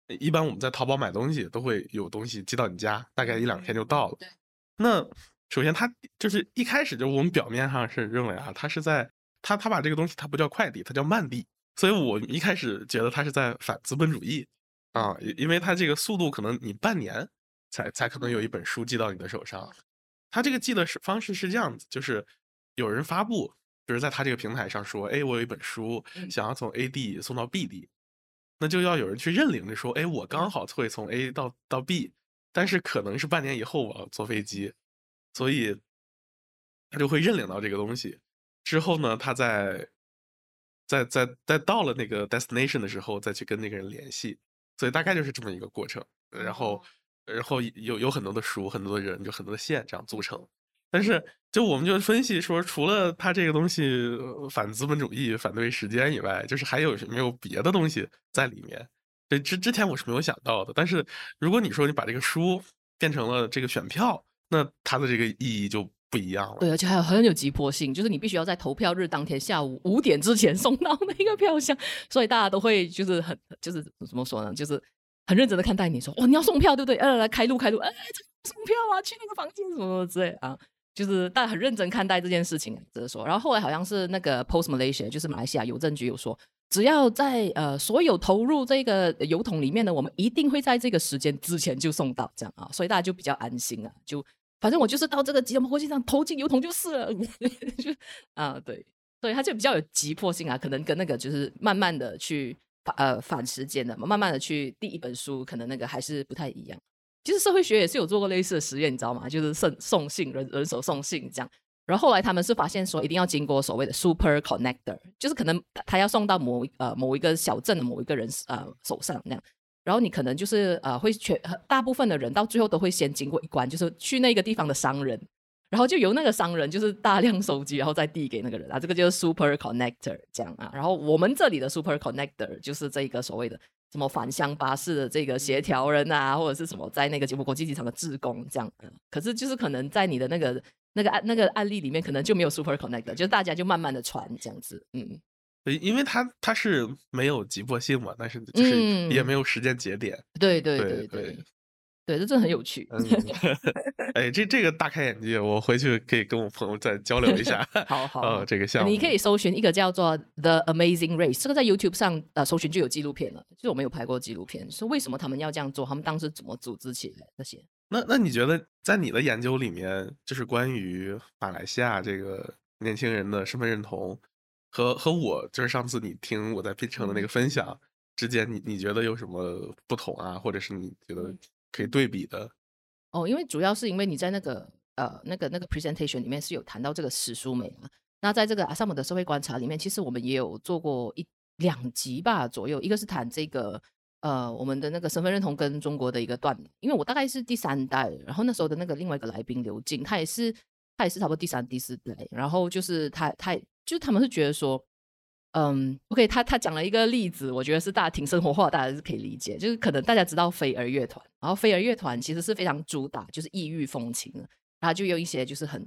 一般我们在淘宝买东西都会有东西寄到你家，大概1-2天就到了。那首先他就是一开始就我们表面上是认为啊，他是在他把这个东西它不叫快递，它叫慢递，所以我一开始觉得他是在反资本主义啊，因为他这个速度可能你半年才可能有一本书寄到你的手上。他这个寄的方式是这样子，就是有人发布，就是在他这个平台上说，哎，我有一本书想要从 A 地送到 B 地，那就要有人去认领着说，哎，我刚好会从 A 到 B， 但是可能是半年以后我要坐飞机，所以他就会认领到这个东西。之后呢，他再到了那个 destination 的时候，再去跟那个人联系，所以大概就是这么一个过程。然后有很多的书，很多的人，就很多的线这样组成。但是就我们就分析说，除了他这个东西反资本主义、反对时间以外，就是还有没有别的东西在里面？对，之前我是没有想到的。但是如果你说你把这个书变成了这个选票，那它的这个意义就不一样了。 对，而且还有很有急迫性，就是你必须要在投票日当天下午5点之前送到那个票箱，所以大家都会就是就是怎么说呢，就是很认真的看待你说，哇，你要送票对不对？来开路，送票啊，去那个房间什么之类啊。就是大家很认真看待这件事情，这是说。然后后来好像是那个 Post Malaysia， 就是马来西亚邮政局有说，只要在所有投入这个邮筒里面呢，我们一定会在这个时间之前就送到，这样啊，所以大家就比较安心啊，就反正我就是到这个吉隆坡国际上投进邮筒就是了，就对，所以它就比较有急迫性啊，可能跟那个就是慢慢的去反时间的，慢慢的去第一本书，可能那个还是不太一样。其实社会学也是有做过类似的实验，你知道吗？就是送信，人手送信这样。然后后来他们是发现说，一定要经过所谓的 super connector， 就是可能他要送到某一个小镇的某一个人手上那样。然后你可能就是会大部分的人到最后都会先经过一关，就是去那个地方的商人，然后就由那个商人就是大量收集，然后再递给那个人啊，这个就是 super connector 这样啊。然后我们这里的 super connector 就是这个所谓的什么返乡巴士的这个协调人啊，或者是什么在那个吉隆坡国际机场的志工这样。可是就是可能在你的那个案例里面，可能就没有 super connector， 就是大家就慢慢的传这样子， 因为它是没有急迫性嘛，但是就是也没有时间节点。 对，这真的很有趣。 哎，这个大开眼界，我回去可以跟我朋友再交流一下。 好， 这个项目你可以搜寻一个叫做 The Amazing Race， 这个在 YouTube 上搜寻就有纪录片了，就是我们有拍过纪录片，说为什么他们要这样做，他们当时怎么组织起来那些。 那你觉得在你的研究里面，就是关于马来西亚这个年轻人的身份认同和我就是上次你听我在槟城的那个分享之间，你觉得有什么不同啊，或者是你觉得可以对比的？ 因为主要是因为你在那个presentation 里面是有谈到这个史书美嘛，那在这个阿萨姆的社会观察里面，其实我们也有做过2集吧左右，一个是谈这个我们的那个身份认同跟中国的一个断因为我大概是第3代，然后那时候的那个另外一个来宾刘静，他也是差不多第3、第4代，然后就是他们是觉得说OK， 他讲了一个例子，我觉得是大家挺生活化，大家是可以理解。就是可能大家知道飞儿乐团，然后飞儿乐团其实是非常主打就是异域风情的，然后就用一些就是很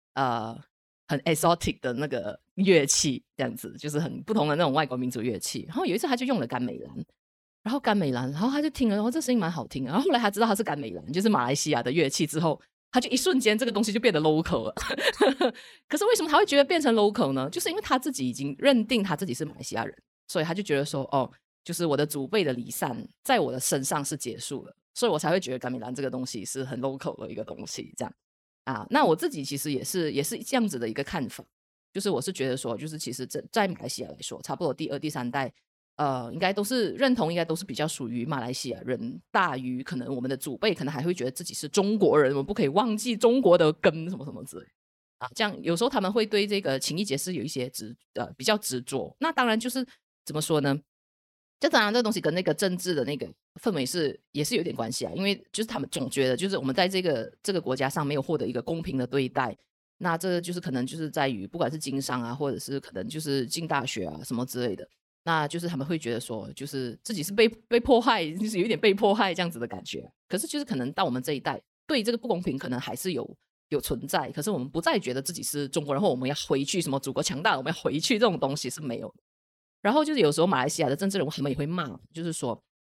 exotic 的那个乐器，这样子就是很不同的那种外国民族乐器。然后有一次他就用了甘美兰，然后他就听了，然后这声音蛮好听的。然后后来他知道他是甘美兰，就是马来西亚的乐器之后，他就一瞬间这个东西就变得 local 了。可是为什么他会觉得变成 local 呢？就是因为他自己已经认定他自己是马来西亚人，所以他就觉得说就是我的祖辈的离散在我的身上是结束了，所以我才会觉得甘美兰这个东西是很 local 的一个东西这样啊。那我自己其实也是这样子的一个看法，就是我是觉得说，就是其实在马来西亚来说，差不多第2、第3代应该都是认同，应该都是比较属于马来西亚人，大于可能我们的祖辈可能还会觉得自己是中国人，我们不可以忘记中国的根什么什么之类啊。这样有时候他们会对这个情谊结是有一些比较执着。那当然就是怎么说呢？这当然这个东西跟那个政治的那个氛围也是有点关系啊，因为就是他们总觉得就是我们在这个国家上没有获得一个公平的对待。那这就是可能就是在于不管是经商啊，或者是可能就是进大学啊什么之类的。那就是他们会觉得说，就是自己是被迫害，就是有点被迫害这样子的感觉。可是就是可能到我们这一代，对这个不公平可能还是有存在。可是我们不再觉得自己是中国人，或我们要回去什么祖国强大，我们要回去这种东西是没有的。然后就是有时候马来西亚的政治人物他们也会骂，就是说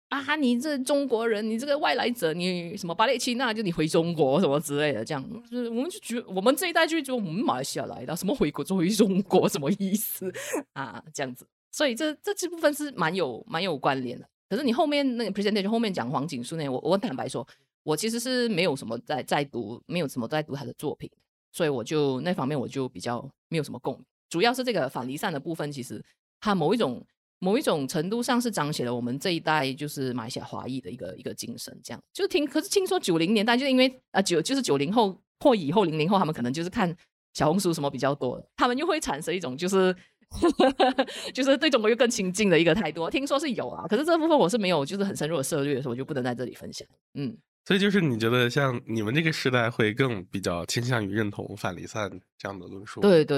啊，你这中国人，你这个外来者，你什么巴列钦纳，就你回中国什么之类的，这样，就是我们就觉得我们这一代就觉得我们马来西亚来的，什么回国就回中国，什么意思啊？这样子，所以这部分是蛮有关联的。可是你后面那个 presentation 后面讲黄锦树那，我坦白说，我其实是没有什么在读，没有什么在读他的作品，所以我就那方面我就比较没有什么共鸣。主要是这个反离散的部分，其实它某一种程度上是彰显了我们这一代就是马来西亚华裔的一个精神，这样就可是听说90年代就因为就是90后或以后00后，他们可能就是看小红书什么比较多，他们又会产生一种就是就是对中国又更亲近的一个态度，听说是有啊，可是这部分我是没有就是很深入的涉猎，所以我就不能在这里分享。 所以就是你觉得像你们这个时代会更比较倾向于认同反离散这样的论述？ 对，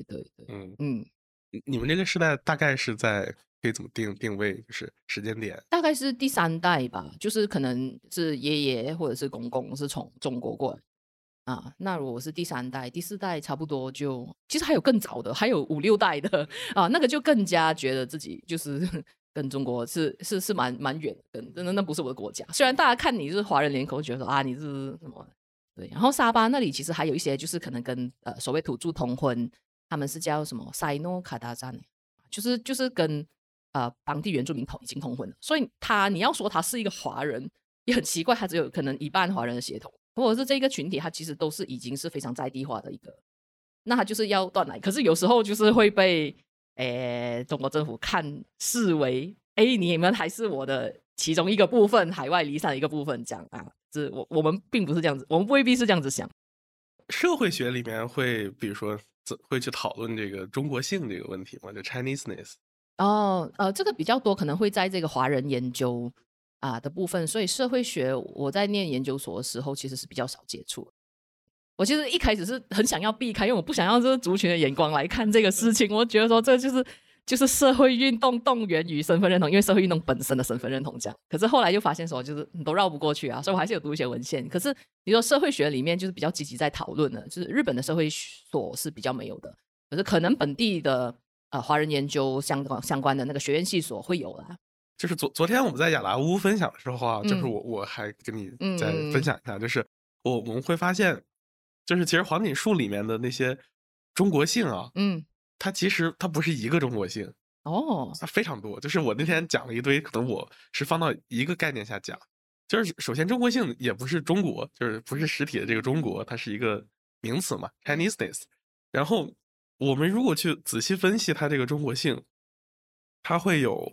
你们这个时代大概是在可以怎么定位，就是时间点？ 大概是第3代吧，就是可能是爷爷或者是公公是从中国过来啊。那如果是第3代、第4代，差不多就其实还有更早的，还有5、6代的啊，那个就更加觉得自己就是跟中国是蛮远的，那不是我的国家。虽然大家看你是华人脸孔，觉得说啊你是什么对，然后沙巴那里其实还有一些就是可能跟所谓土著通婚，他们是叫什么塞诺卡达赞，就是跟当地原住民已经通婚了，所以你要说他是一个华人也很奇怪，他只有可能一半华人的血统，或者是这个群体他其实都是已经是非常在地化的一个，那他就是要断奶，可是有时候就是会被中国政府视为你们还是我的其中一个部分，海外离散的一个部分，这样啊，我们并不是这样子，我们未必是这样子想。 社会学里面会比如说会去讨论这个中国性这个问题吗？就 Chineseness？ 这个比较多，可能会在这个华人研究的部分，所以社会学我在念研究所的时候其实是比较少接触。我其实一开始是很想要避开，因为我不想要这个族群的眼光来看这个事情，我觉得说这就是社会运动动员与身份认同，因为社会运动本身的身份认同这样。可是后来就发现说，就是你都绕不过去啊，所以我还是有读一些文献。可是你说社会学里面就是比较积极在讨论的，就是日本的社会所是比较没有的，可是可能本地的华人研究相关的那个学院系所会有啦。 就是昨天我们在雅达屋分享的时候啊，就是我还跟你再分享一下，就是我们会发现，就是其实黄锦树里面的那些中国性啊，它其实它不是一个中国性它非常多。就是我那天讲了一堆，可能我是放到一个概念下讲，就是首先中国性也不是中国，就是不是实体的这个中国，它是一个名词嘛 ，Chineseness。然后我们如果去仔细分析它这个中国性，它会有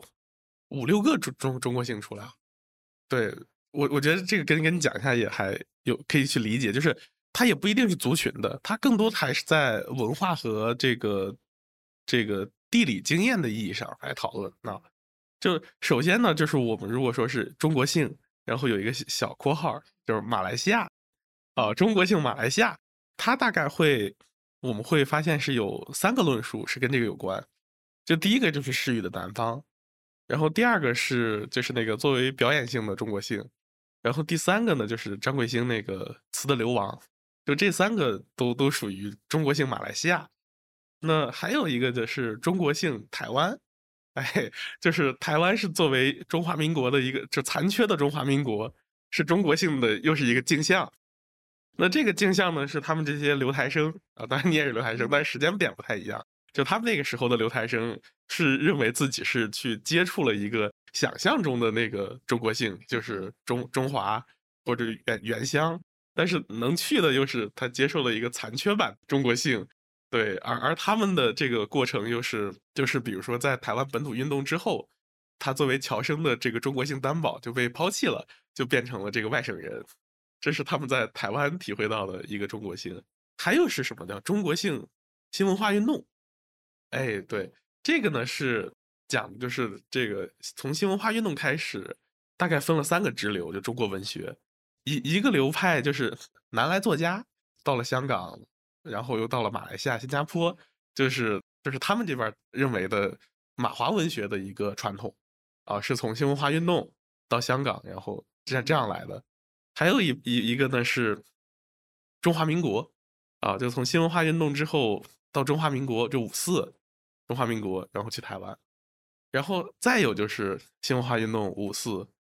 5、6个中国性出来。对，我觉得这个跟你讲一下也还有可以去理解，就是它也不一定是族群的，它更多还是在文化和这个地理经验的意义上来讨论。那就首先呢，就是我们如果说是中国性，然后有一个小括号，就是马来西亚中国性马来西亚，它大概我们会发现是有3个论述是跟这个有关。就第一个就是世域的南方，然后第2个就是那个作为表演性的中国性，然后第3个呢就是张贵兴那个词的流亡，就这3个都属于中国性马来西亚。那还有一个就是中国性台湾，就是台湾是作为中华民国的一个就残缺的中华民国，是中国性的又是一个镜像。那这个镜像呢是他们这些留台生当然你也是留台生，但是时间点不太一样。就他们那个时候的留台生是认为自己是去接触了一个想象中的那个中国性，就是中华或者原乡，但是能去的又是他接受了一个残缺版中国性。对，而他们的这个过程就是比如说在台湾本土运动之后，他作为侨生的这个中国性担保就被抛弃了，就变成了这个外省人。这是他们在台湾体会到的一个中国性。还有是什么叫中国性新文化运动？对，这个呢是讲就是这个从新文化运动开始，大概分了3个支流，就中国文学。一个流派就是南来作家，到了香港，然后又到了马来西亚、新加坡，就是他们这边认为的马华文学的一个传统是从新文化运动到香港，然后这样来的。还有一个呢是中华民国就从新文化运动之后到中华民国，就54中华民国，然后去台湾。然后再有就是新文化运动54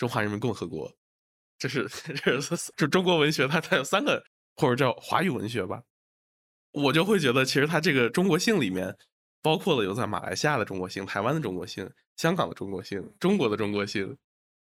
中华人民共和国，这是就中国文学它有3个，或者叫华语文学吧，我就会觉得其实它这个中国性里面包括了有在马来西亚的中国性、台湾的中国性、香港的中国性、中国的中国性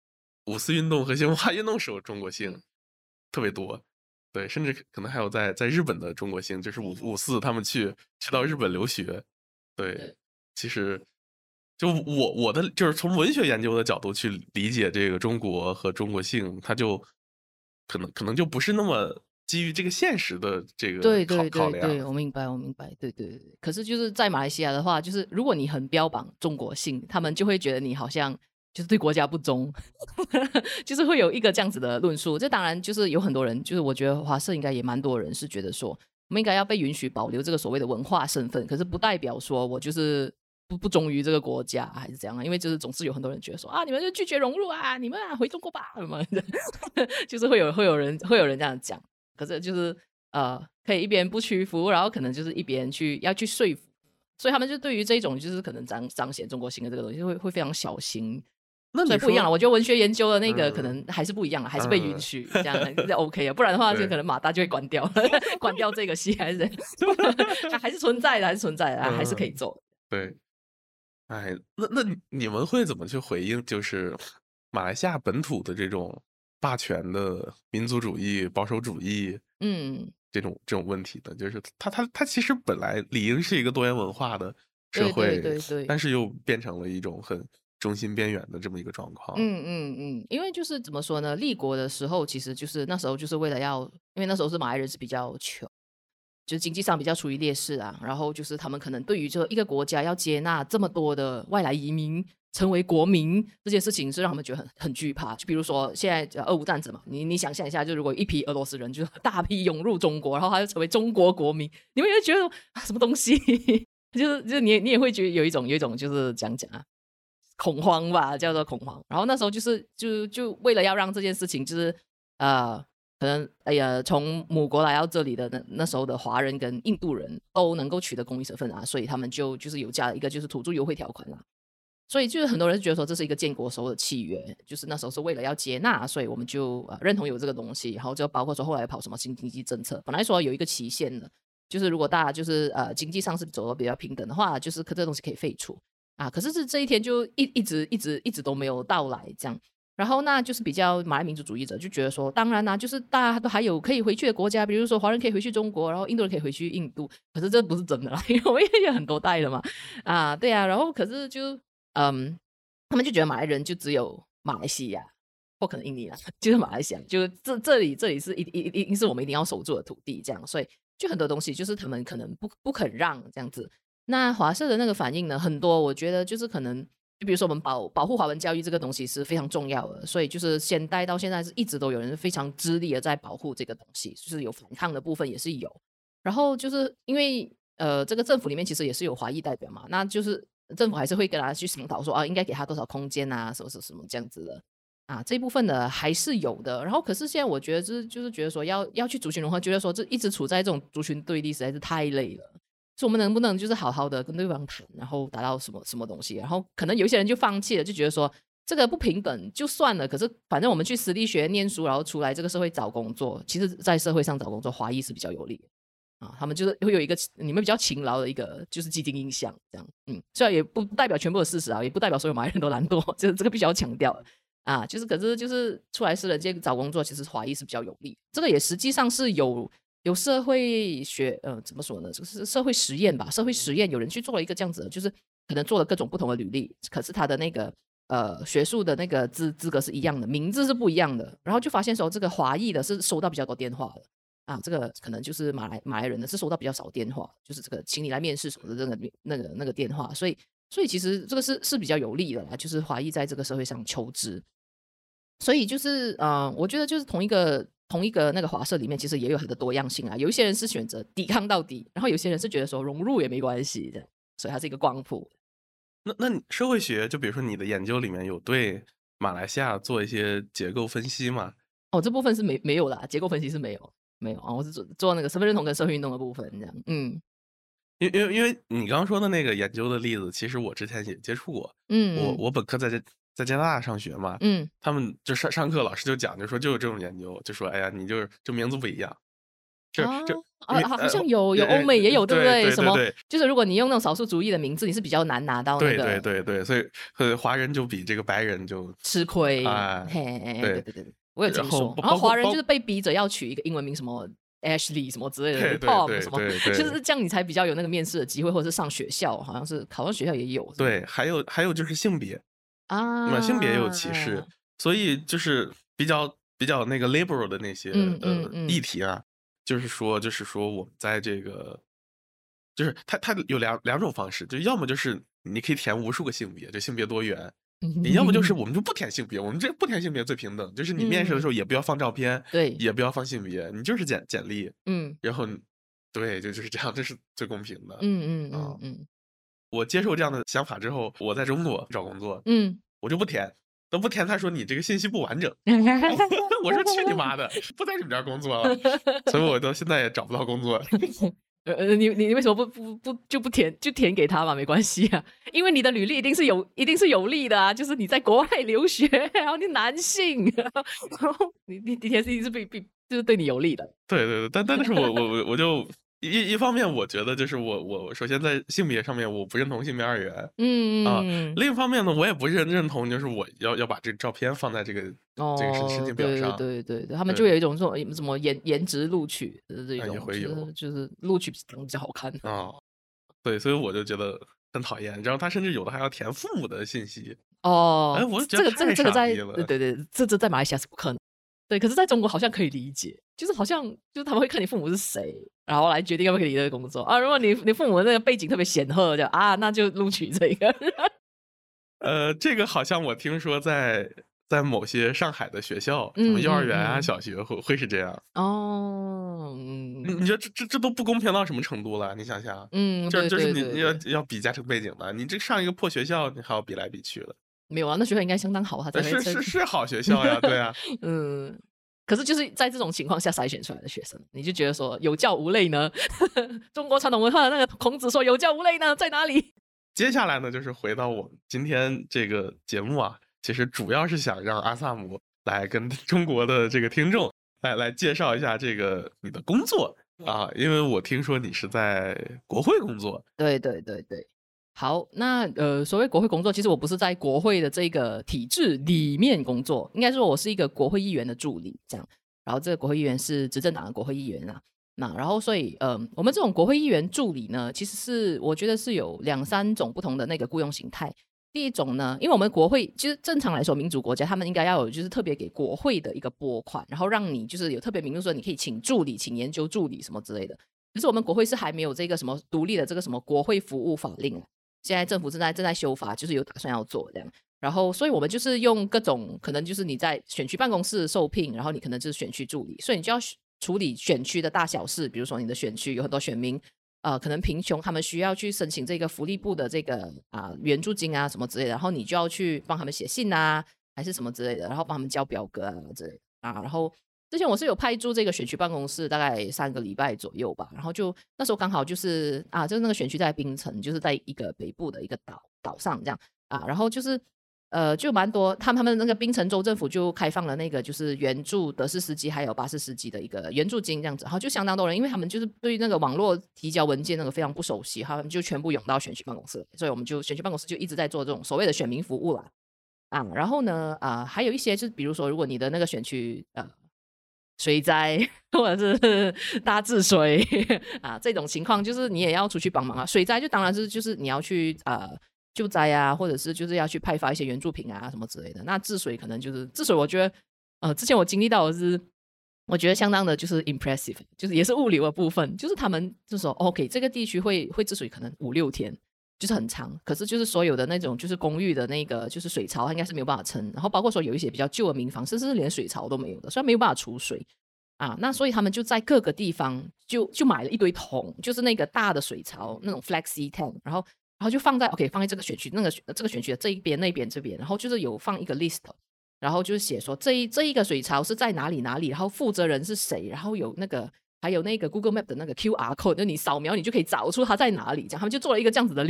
，5·4运动和新文化运动时候中国性特别多。对，甚至可能还有在日本的中国性，就是5·4他们去到日本留学。对，其实就我的就是从文学研究的角度去理解这个中国和中国性，它就可能就不是那么基于这个现实的这个考量。 对，我明白，对。可是就是在马来西亚的话，就是如果你很标榜中国性，他们就会觉得你好像就是对国家不忠，就是会有一个这样子的论述。这当然就是有很多人，就是我觉得华社应该也蛮多人是觉得说，我们应该要被允许保留这个所谓的文化身份，可是不代表说我就是不忠于这个国家还是这样，因为就是总是有很多人觉得说啊，你们就拒绝融入啊，你们回中国吧什么的，就是会有人这样讲。可是就是可以一边不屈服，然后可能就是一边要去说服，所以他们就对于这种就是可能彰显中国性的这个东西会非常小心。所以不一样了，我觉得文学研究的那个可能还是不一样了，还是被允许这样就 OK 啊，不然的话就可能马大就会关掉关掉这个戏，还是还是存在的，还是可以做。 对，哎，那你们会怎么去回应？就是马来西亚本土的这种霸权的民族主义、保守主义，这种问题的，就是它其实本来理应是一个多元文化的社会， 对， 但是又变成了一种很中心边缘的这么一个状况。 因为就是怎么说呢？立国的时候，其实就是那时候就是为了因为那时候是马来人是比较穷，就是经济上比较处于劣势啊，然后就是他们可能对于这一个国家要接纳这么多的外来移民成为国民这件事情是让他们觉得很惧怕。就比如说现在俄乌战争嘛，你想象一下，就如果一批俄罗斯人就大批涌入中国，然后他就成为中国国民，你们也会觉得什么东西？就是你也会觉得有一种就是讲恐慌吧，叫做恐慌。然后那时候就为了要让这件事情就是可能从母国来到这里的那时候的华人跟印度人都能够取得公民身份啊，所以他们就是有加了一个就是土著优惠条款啦。所以就是很多人觉得说这是一个建国时候的契约，就是那时候是为了要接纳，所以我们就认同有这个东西，然后就包括说后来跑什么新经济政策，本来说有一个期限的，就是如果大家就是经济上是走得比较平等的话，就是这个东西可以废除啊。可是这一天就一直都没有到来这样。然后那就是比较马来民族主义者就觉得说，当然啦，就是大家都还有可以回去的国家，比如说华人可以回去中国，然后印度人可以回去印度，可是这不是真的啦，因为我们也有很多代了嘛，对啊，然后可是就他们就觉得马来人就只有马来西亚或可能印尼啦，就是马来西亚，就这里是一定是我们一定要守住的土地这样，所以就很多东西就是他们可能不肯让这样子。那华社的那个反应呢，很多我觉得就是可能。就比如说我们保护华文教育这个东西是非常重要的，所以就是现代到现在是一直都有人非常致力的在保护这个东西，就是有反抗的部分也是有。然后就是因为这个政府里面其实也是有华裔代表嘛，那就是政府还是会跟他去商讨说应该给他多少空间啊，什么这样子的这一部分的还是有的。然后可是现在我觉得就是觉得说要去族群融合，觉得说这一直处在这种族群对立实在是太累了。所以我们能不能就是好好的跟对方谈，然后达到什么东西，然后可能有一些人就放弃了，就觉得说这个不平等就算了，可是反正我们去私立学院念书，然后出来这个社会找工作，其实在社会上找工作华裔是比较有利的他们就是会有一个你们比较勤劳的一个就是既定印象这样。虽然也不代表全部的事实也不代表所有马来人都懒惰，就是这个必须要强调就是可是就是出来私人界找工作，其实华裔是比较有利，这个也实际上是有社会学怎么说呢，就是社会实验吧，社会实验有人去做了一个这样子的，就是可能做了各种不同的履历，可是他的那个学术的那个资格是一样的，名字是不一样的，然后就发现说这个华裔的是收到比较多电话的这个可能就是马来人的是收到比较少电话，就是这个请你来面试什么的那个电话，所以其实这个是比较有利的啦，就是华裔在这个社会上求职。所以就是我觉得就是同一个那个华社里面其实也有它的多样性有一些人是选择抵抗到底，然后有些人是觉得说融入也没关系的，所以它是一个光谱。 那你社会学就比如说你的研究里面有对马来西亚做一些结构分析吗？ 这部分是没有啦，结构分析是没有我是做那个身份认同跟社会运动的部分这样。 因为你刚刚说的那个研究的例子，其实我之前也接触过。我本科在在加拿大上学嘛，他们就上课老师就讲，就说就有这种研究，就说哎呀，你就名字不一样。 好像有欧美也有，对不对？什么就是如果你用那种少数族裔的名字，你是比较难拿到那个。 对，所以华人就比这个白人就吃亏。对，我有听说。然后华人就是被逼着要取一个英文名，什么 Ashley 什么之类的 ，Tom 什么，就是这样你才比较有那个面试的机会，或者是上学校，好像是考上学校也有。 对，还有就是性别啊，性别也有歧视，所以就是比较那个 liberal 的那些议题啊。就是说我们在这个，就是它有两种方式，就要么就是你可以填无数个性别，就性别多元，你要么就是我们就不填性别，我们这不填性别最平等，就是你面试的时候也不要放照片， 对， 也不要放性别，你就是简历，然后对，就是这样，这是最公平的。我接受这样的想法之后，我在中国找工作，我就不填。都不填，他说你这个信息不完整。我说去你妈的，不在你们这儿工作了，所以我到现在也找不到工作。 你为什么不填，就填给他嘛，没关系啊，因为你的履历一定是有利的啊，就是你在国外留学，然后你男性，然后你填是就是对你有利的。 对，但是我就。一方面，我觉得就是我首先在性别上面我不认同性别二元，另一方面呢，我也不认同就是我要把这个照片放在这个申请表上， 对，他们就有一种说什么颜值录取的这种， 也会有， 就是录取比较好看啊，对，所以我就觉得很讨厌，然后他甚至有的还要填父母的信息， 哎， 我觉得太傻逼了， 对，这在马来西亚是不可能。对，可是在中国好像可以理解，就是好像就是他们会看你父母是谁，然后来决定要不要给你这个工作啊。如果你父母的那个背景特别显赫，就那就录取这个。 这个好像我听说在某些上海的学校，什么幼儿园啊、小学会是这样。你觉得这都不公平到什么程度了？你想想，就是你要比家庭背景的，你这上一个破学校，你还要比来比去的。 没有啊，那学校应该相当好，他才会是好学校呀，对啊， 可是就是在这种情况下筛选出来的学生，你就觉得说有教无类呢？中国传统文化的那个孔子说有教无类呢，在哪里？ 接下来呢，就是回到我们今天这个节目啊，其实主要是想让阿萨姆来跟中国的这个听众来介绍一下这个你的工作啊，因为我听说你是在国会工作。 对。好，那所谓国会工作，其实我不是在国会的这个体制里面工作，应该说我是一个国会议员的助理，这样。然后这个国会议员是执政党的国会议员啊，那然后所以我们这种国会议员助理呢，其实是我觉得是有2-3种不同的那个雇佣形态。第一种呢，因为我们国会其实正常来说，民主国家他们应该要有就是特别给国会的一个拨款，然后让你就是有特别明确说你可以请助理、请研究助理什么之类的。可是我们国会是还没有这个什么独立的这个什么国会服务法令啊。现在政府正在修法，就是有打算要做这样，然后所以我们就是用各种可能就是你在选区办公室受聘，然后你可能就是选区助理，所以你就要处理选区的大小事，比如说你的选区有很多选民可能贫穷，他们需要去申请这个福利部的这个援助金啊什么之类的，然后你就要去帮他们写信啊还是什么之类的，然后帮他们交表格啊之类的然后之前我是有派驻这个选区办公室大概3个礼拜左右吧，然后就那时候刚好就是就是那个选区在槟城，就是在一个北部的一个岛上这样然后就是就蛮多他们那个槟城州政府就开放了那个就是援助德士司机还有巴士司机的一个援助金这样子，然后就相当多人，因为他们就是对那个网络提交文件那个非常不熟悉，他们就全部涌到选区办公室，所以我们就选区办公室就一直在做这种所谓的选民服务啦然后呢还有一些就是比如说如果你的那个选区水灾或者是大治水这种情况就是你也要出去帮忙水灾就当然就是你要去救灾或者是就是要去派发一些援助品什么之类的。那治水可能就是治水，我觉得之前我经历到的是我觉得相当的就是 impressive， 就是也是物流的部分，就是他们就说 OK 这个地区会治水可能5-6天，就是很长，可是就是所有的那种就是公寓的那个就是水槽它应该是没有办法撑，然后包括说有一些比较旧的民房甚至是连水槽都没有的，所以没有办法储水那所以他们就在各个地方就买了一堆桶，就是那个大的水槽那种 flexi tank， 然后就放在这个选区这个选区的这一边那边这边，然后就是有放一个 list， 然后就是写说这一个水槽是在哪里，然后负责人是谁，然后还有那个 Google Map 的那个 QR code， 就你扫描你就可以找出它在哪里，这样他们就做了一个这样子的 list，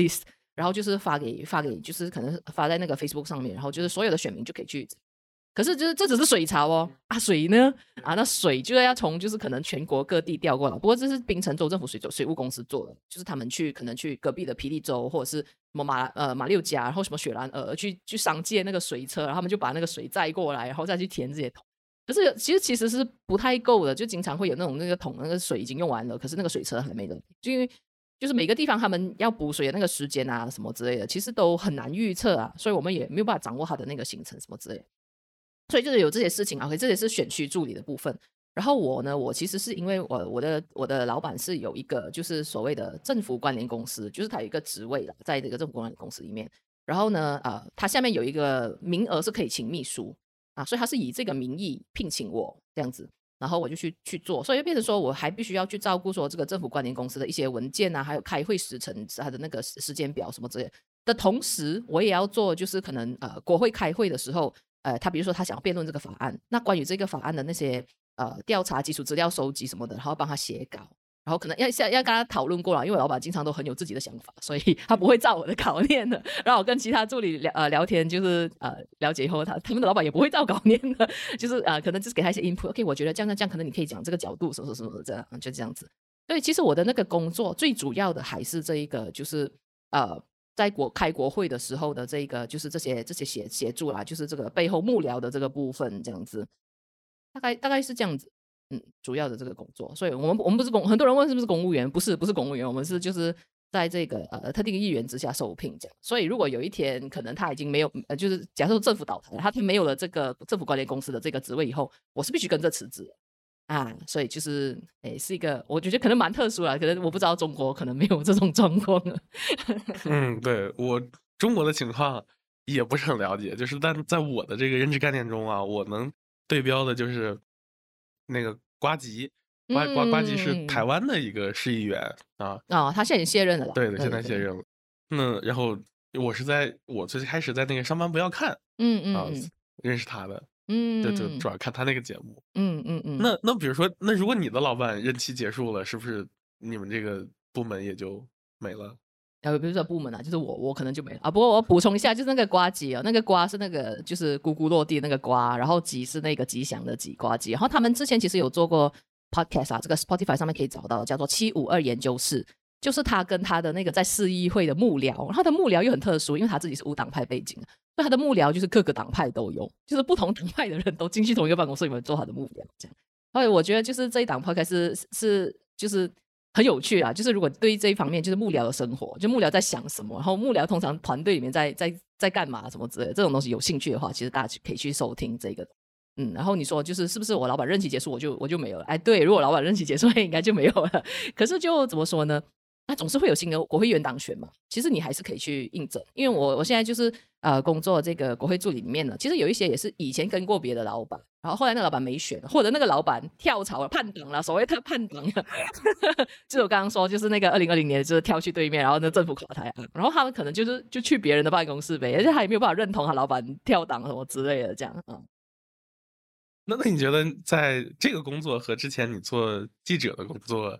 然后就是发给就是可能发在那个 Facebook 上面，然后就是所有的选民就可以去。可是就是这只是水槽哦，水呢那水就要从就是可能全国各地调过来，不过这是槟城州政府水务公司做的，就是他们可能去隔壁的霹雳州或者是什么马六甲，然后什么雪兰莪去商借那个水车，然后他们就把那个水载过来，然后再去填这些桶。可是其实是不太够的，就经常会有那种那个桶那个水已经用完了，可是那个水车还没来，就因为就是每个地方他们要补水的那个时间啊什么之类的，其实都很难预测啊，所以我们也没有办法掌握它的那个行程什么之类的。所以就是有这些事情啊，这也是选区助理的部分。然后我呢，我其实是因为我的老板是有一个就是所谓的政府关联公司，就是他有一个职位啦，在这个政府关联公司里面。然后呢，他下面有一个名额是可以请秘书所以他是以这个名义聘请我这样子，然后我就去做，所以就变成说我还必须要去照顾说这个政府关联公司的一些文件啊，还有开会时程，他的那个时间表什么之类的同时，我也要做就是可能国会开会的时候。他比如说他想要辩论这个法案，那关于这个法案的那些调查基础资料收集什么的，然后帮他写稿，然后可能要跟他讨论过了，因为我老板经常都很有自己的想法，所以他不会照我的稿念的。然后我跟其他助理聊天，就是了解以后，他们的老板也不会照稿念的，就是可能就是给他一些 input。OK， 我觉得这样可能你可以讲这个角度什么什么这样，就这样子。所以其实我的那个工作最主要的还是这一个，就是在开国会的时候的这个就是这些协助啦，就是这个背后幕僚的这个部分这样子，大概是这样子，主要的这个工作。所以我们不是很多人问是不是公务员，不是公务员，我们是就是在这个特定议员之下受聘这样。所以如果有一天可能他已经没有就是假设政府倒台了，他没有了这个政府关联公司的这个职位以后，我是必须跟着辞职所以就是是一个我觉得可能蛮特殊啦，可能我不知道中国可能没有这种状况对，我中国的情况也不是很了解，就是但在我的这个认知概念中我能对标的就是那个呱吉，呱吉是台湾的一个市议员他现在已经卸任了啦。 对，现在卸任了。那然后我最开始在那个上班不要看认识他的。就主要看他那个节目。那比如说，那如果你的老板任期结束了，是不是你们这个部门也就没了？ 比如说部门就是我可能就没了不过我要补充一下，就是那个呱吉那个呱是那个就是咕咕落地那个呱，然后吉是那个吉祥的吉，呱吉。然后他们之前其实有做过 podcast 这个 Spotify 上面可以找到，叫做752研究室。就是他跟他的那个在市议会的幕僚，他的幕僚又很特殊，因为他自己是无党派背景，所以他的幕僚就是各个党派都有，就是不同党派的人都进去同一个办公室里面做他的幕僚这样。所以我觉得就是这一档 podcast 是就是很有趣啦，就是如果对于这一方面就是幕僚的生活，就幕僚在想什么，然后幕僚通常团队里面在干嘛什么之类的这种东西有兴趣的话，其实大家可以去收听这个。然后你说就是是不是我老板任期结束我就没有了？对，如果老板任期结束应该就没有了。可是就怎么说呢？那总是会有新的国会议员当选嘛，其实你还是可以去应征。因为我现在就是工作这个国会助理里面呢，其实有一些也是以前跟过别的老板，然后后来那个老板没选，或者那个老板跳槽了叛党了，所谓的叛党就是我刚刚说就是那个2020年就是跳去对面，然后那政府垮台然后他们可能就去别人的办公室呗，而且他也没有办法认同他老板跳党什么之类的这样那你觉得在这个工作和之前你做记者的工作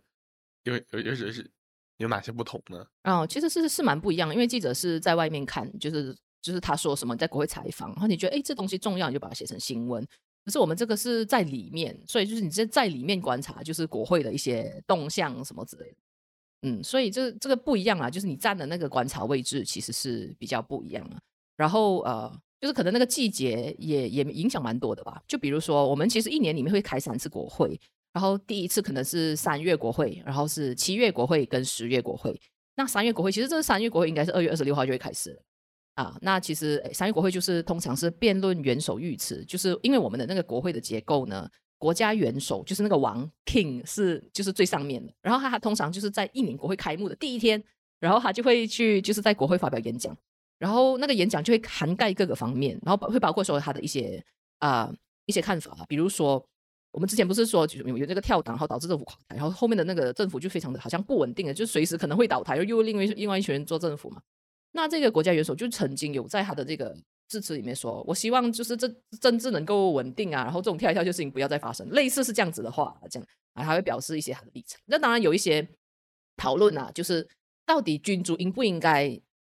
有哪些不同呢？ 其实是蛮不一样的，因为记者是在外面看，就是他说什么你在国会采访，然后你觉得这东西重要，你就把它写成新闻。可是我们这个是在里面，所以就是你在里面观察，就是国会的一些动向什么之类的。所以这个不一样啦，就是你站的那个观察位置其实是比较不一样的。然后就是可能那个季节也影响蛮多的吧。就比如说我们其实一年里面会开3次国会。然后第一次可能是3月国会，然后是7月国会跟10月国会。那3月国会其实这个3月国会应该是2月26号就会开始了那其实3月国会就是通常是辩论元首御赐，就是因为我们的那个国会的结构呢，国家元首就是那个王 King 是就是最上面的，然后他通常就是在一年国会开幕的第一天，然后他就会去就是在国会发表演讲，然后那个演讲就会涵盖各个方面，然后会包括说他的一些看法比如说我们之前不是说有这个跳档，然后导致政府垮台，然后后面的那个政府就非常的好像不稳定的，就随时可能会倒台，又另外一群人做政府嘛。那这个国家元首就曾经有在他的这个致辞里面说，我希望就是这政治能够稳定然后这种跳一跳就事情不要再发生，类似是这样子的话，这样还会表示一些他的立场。那当然有一些讨论就是到底君主应不应该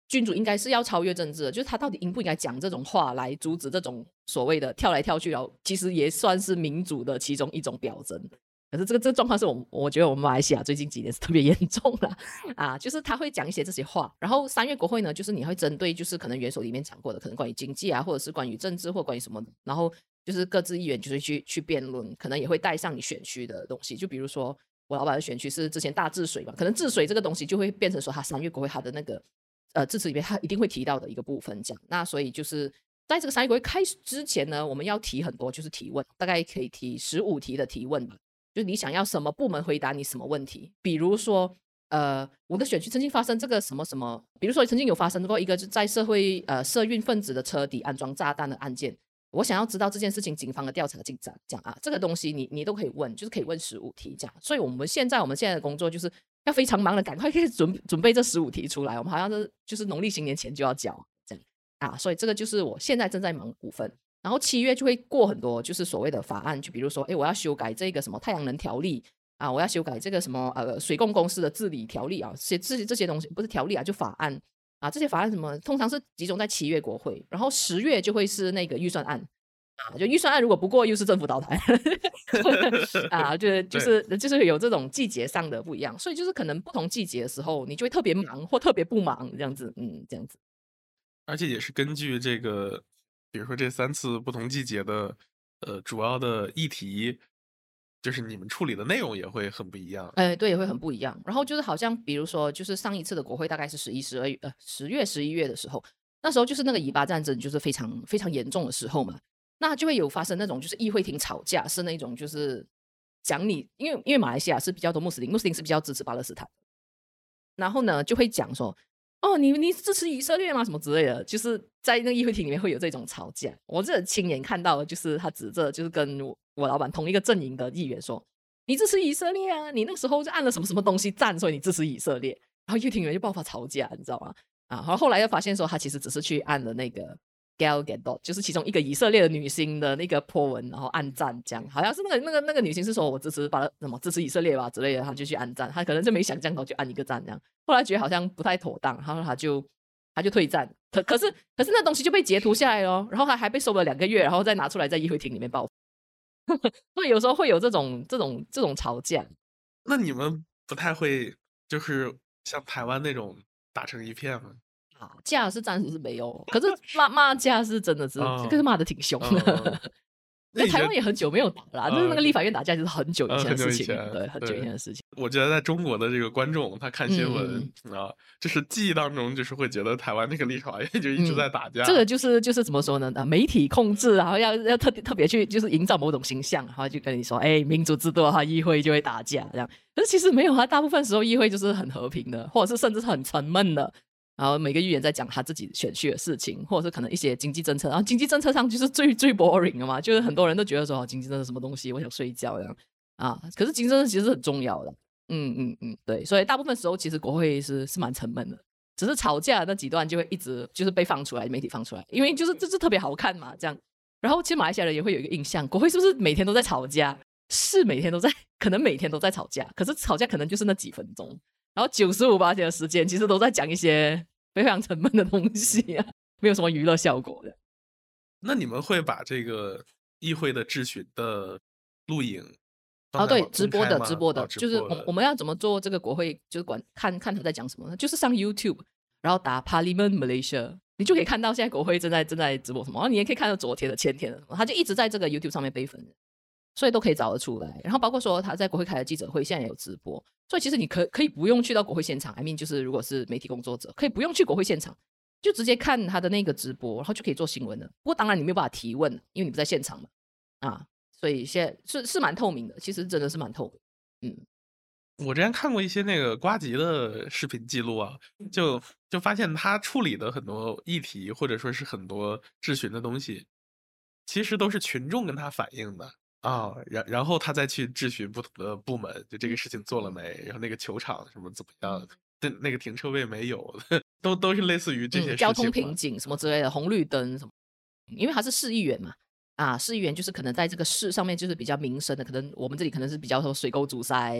君主应该是要超越政治的，就是他到底应不应该讲这种话来阻止这种所谓的跳来跳去，然后其实也算是民主的其中一种表征。可是这个状况是我觉得我们马来西亚最近几年是特别严重了啊，就是他会讲一些这些话，然后3月国会呢，就是你会针对就是可能元首里面讲过的，可能关于经济啊，或者是关于政治或关于什么的，然后就是各自议员就是去辩论，可能也会带上你选区的东西，就比如说我老板的选区是之前大治水嘛，可能治水这个东西就会变成说他3月国会他的那个致辞里面他一定会提到的一个部分这样。那所以就是在这个3月国会开始之前呢，我们要提很多就是提问，大概可以提15题的提问吧，就是你想要什么部门回答你什么问题，比如说我的选区曾经发生这个什么什么，比如说曾经有发生过一个在社会社运分子的车底安装炸弹的案件，我想要知道这件事情警方的调查进展，这样啊，这个东西你都可以问，就是可以问15题这样。所以我们现在的工作就是要非常忙的，赶快可以准备这15题出来，我们好像就是农历新年前就要交这样啊，所以这个就是我现在正在忙的部分。然后7月就会过很多就是所谓的法案，就比如说我要修改这个什么太阳能条例啊，我要修改这个什么水供公司的治理条例啊，这些东西不是条例啊，就法案啊，这些法案什么通常是集中在7月国会，然后10月就会是那个预算案啊，就预算案如果不过又是政府倒台啊，就是有这种季节上的不一样，所以就是可能不同季节的时候你就会特别忙或特别不忙这样子，这样子。 而且也是根据这个比如说这3次不同季节的主要的议题，就是你们处理的内容也会很不一样。 对，也会很不一样。然后就是好像比如说就是上一次的国会大概是10月11月的时候，那时候就是那个以巴战争就是非常非常严重的时候嘛，那就会有发生那种就是议会庭吵架，是那种就是讲你因为马来西亚是比较多穆斯林是比较支持巴勒斯坦，然后呢就会讲说你支持以色列吗？什么之类的，就是在那个议会庭里面会有这种吵架。我这亲眼看到的就是他指着就是跟我老板同一个阵营的议员说，你支持以色列啊，你那时候就按了什么什么东西赞，所以你支持以色列。然后议会庭里面就爆发吵架，你知道吗？然后后来又发现说他其实只是去按了那个Gal Gadot， 就是其中一个以色列的女星的那个 po 文，然后按赞，这样好像是那个女星是说我支持以色列吧之类的，她就去按赞，她可能就没想这样，就按一个赞这样。后来觉得好像不太妥当，然后她就退赞，可是那东西就被截图下来了，然后还被收了2个月，然后再拿出来在议会庭里面爆发。所以有时候会有这种吵架。 那你们不太会就是像台湾那种打成一片吗？ 架是暂时是没有，可是骂架是真的是，这个骂的挺凶的。那台湾也很久没有打啦，就是那个立法院打架就是很久以前的事情，对，很久以前的事情。 我觉得在中国的这个观众，他看新闻就是记忆当中就是会觉得台湾那个立法院就一直在打架。 这个就是怎么说呢？媒体控制，然后要特别去就是营造某种形象，然后就跟你说，民主制度的话，议会就会打架这样。可是其实没有啊，大部分时候议会就是很和平的，或者是甚至是很沉闷的。然后每个议员在讲他自己选区的事情，或者是可能一些经济政策，然后经济政策上就是最 boring 的嘛，就是很多人都觉得说经济政策什么东西，我想睡觉这样啊。可是经济政策其实是很重要的，对，所以大部分时候其实国会是蛮沉闷的，只是吵架的那几段就会一直就是被放出来，媒体放出来，因为就是这是特别好看嘛，这样。然后其实马来西亚人也会有一个印象，国会是不是每天都在吵架？是每天都在，可能每天都在吵架，可是吵架可能就是那几分钟。然后95%的时间其实都在讲一些非常沉闷的东西啊，没有什么娱乐效果的。 那你们会把这个议会的质询的录影对，直播的，就是我们要怎么做这个国会，就是看他在讲什么呢？就是上 YouTube， 然后打 Parliament Malaysia， 你就可以看到现在国会正在直播什么，然后你也可以看到昨天的前天的什么，他就一直在这个 YouTube 上面备份的。所以都可以找得出来，然后包括说他在国会开的记者会现在也有直播，所以其实你可以不用去到国会现场， I mean 就是如果是媒体工作者可以不用去国会现场，就直接看他的那个直播，然后就可以做新闻了。不过当然你没有办法提问，因为你不在现场嘛，所以现在是蛮透明的，其实真的是蛮透明。 我之前看过一些那个呱吉的视频记录啊，就发现他处理的很多议题或者说是很多质询的东西，其实都是群众跟他反映的。然后他再去质询不同的部门，就这个事情做了没，然后那个球场什么怎么样，那个停车位没有，都是类似于这些事情， 交通瓶颈什么之类的，红绿灯什么。因为他是市议员嘛，市议员就是可能在这个市上面就是比较民生的，可能我们这里可能是比较说水沟阻塞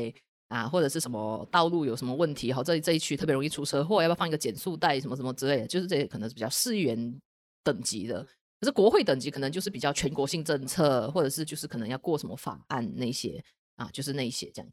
啊，或者是什么道路有什么问题，好，这一区特别容易出车祸，要不要放一个减速带什么什么之类的，就是这些可能是比较市议员等级的。可是国会等级可能就是比较全国性政策，或者是就是可能要过什么法案那些啊，就是那些这样子。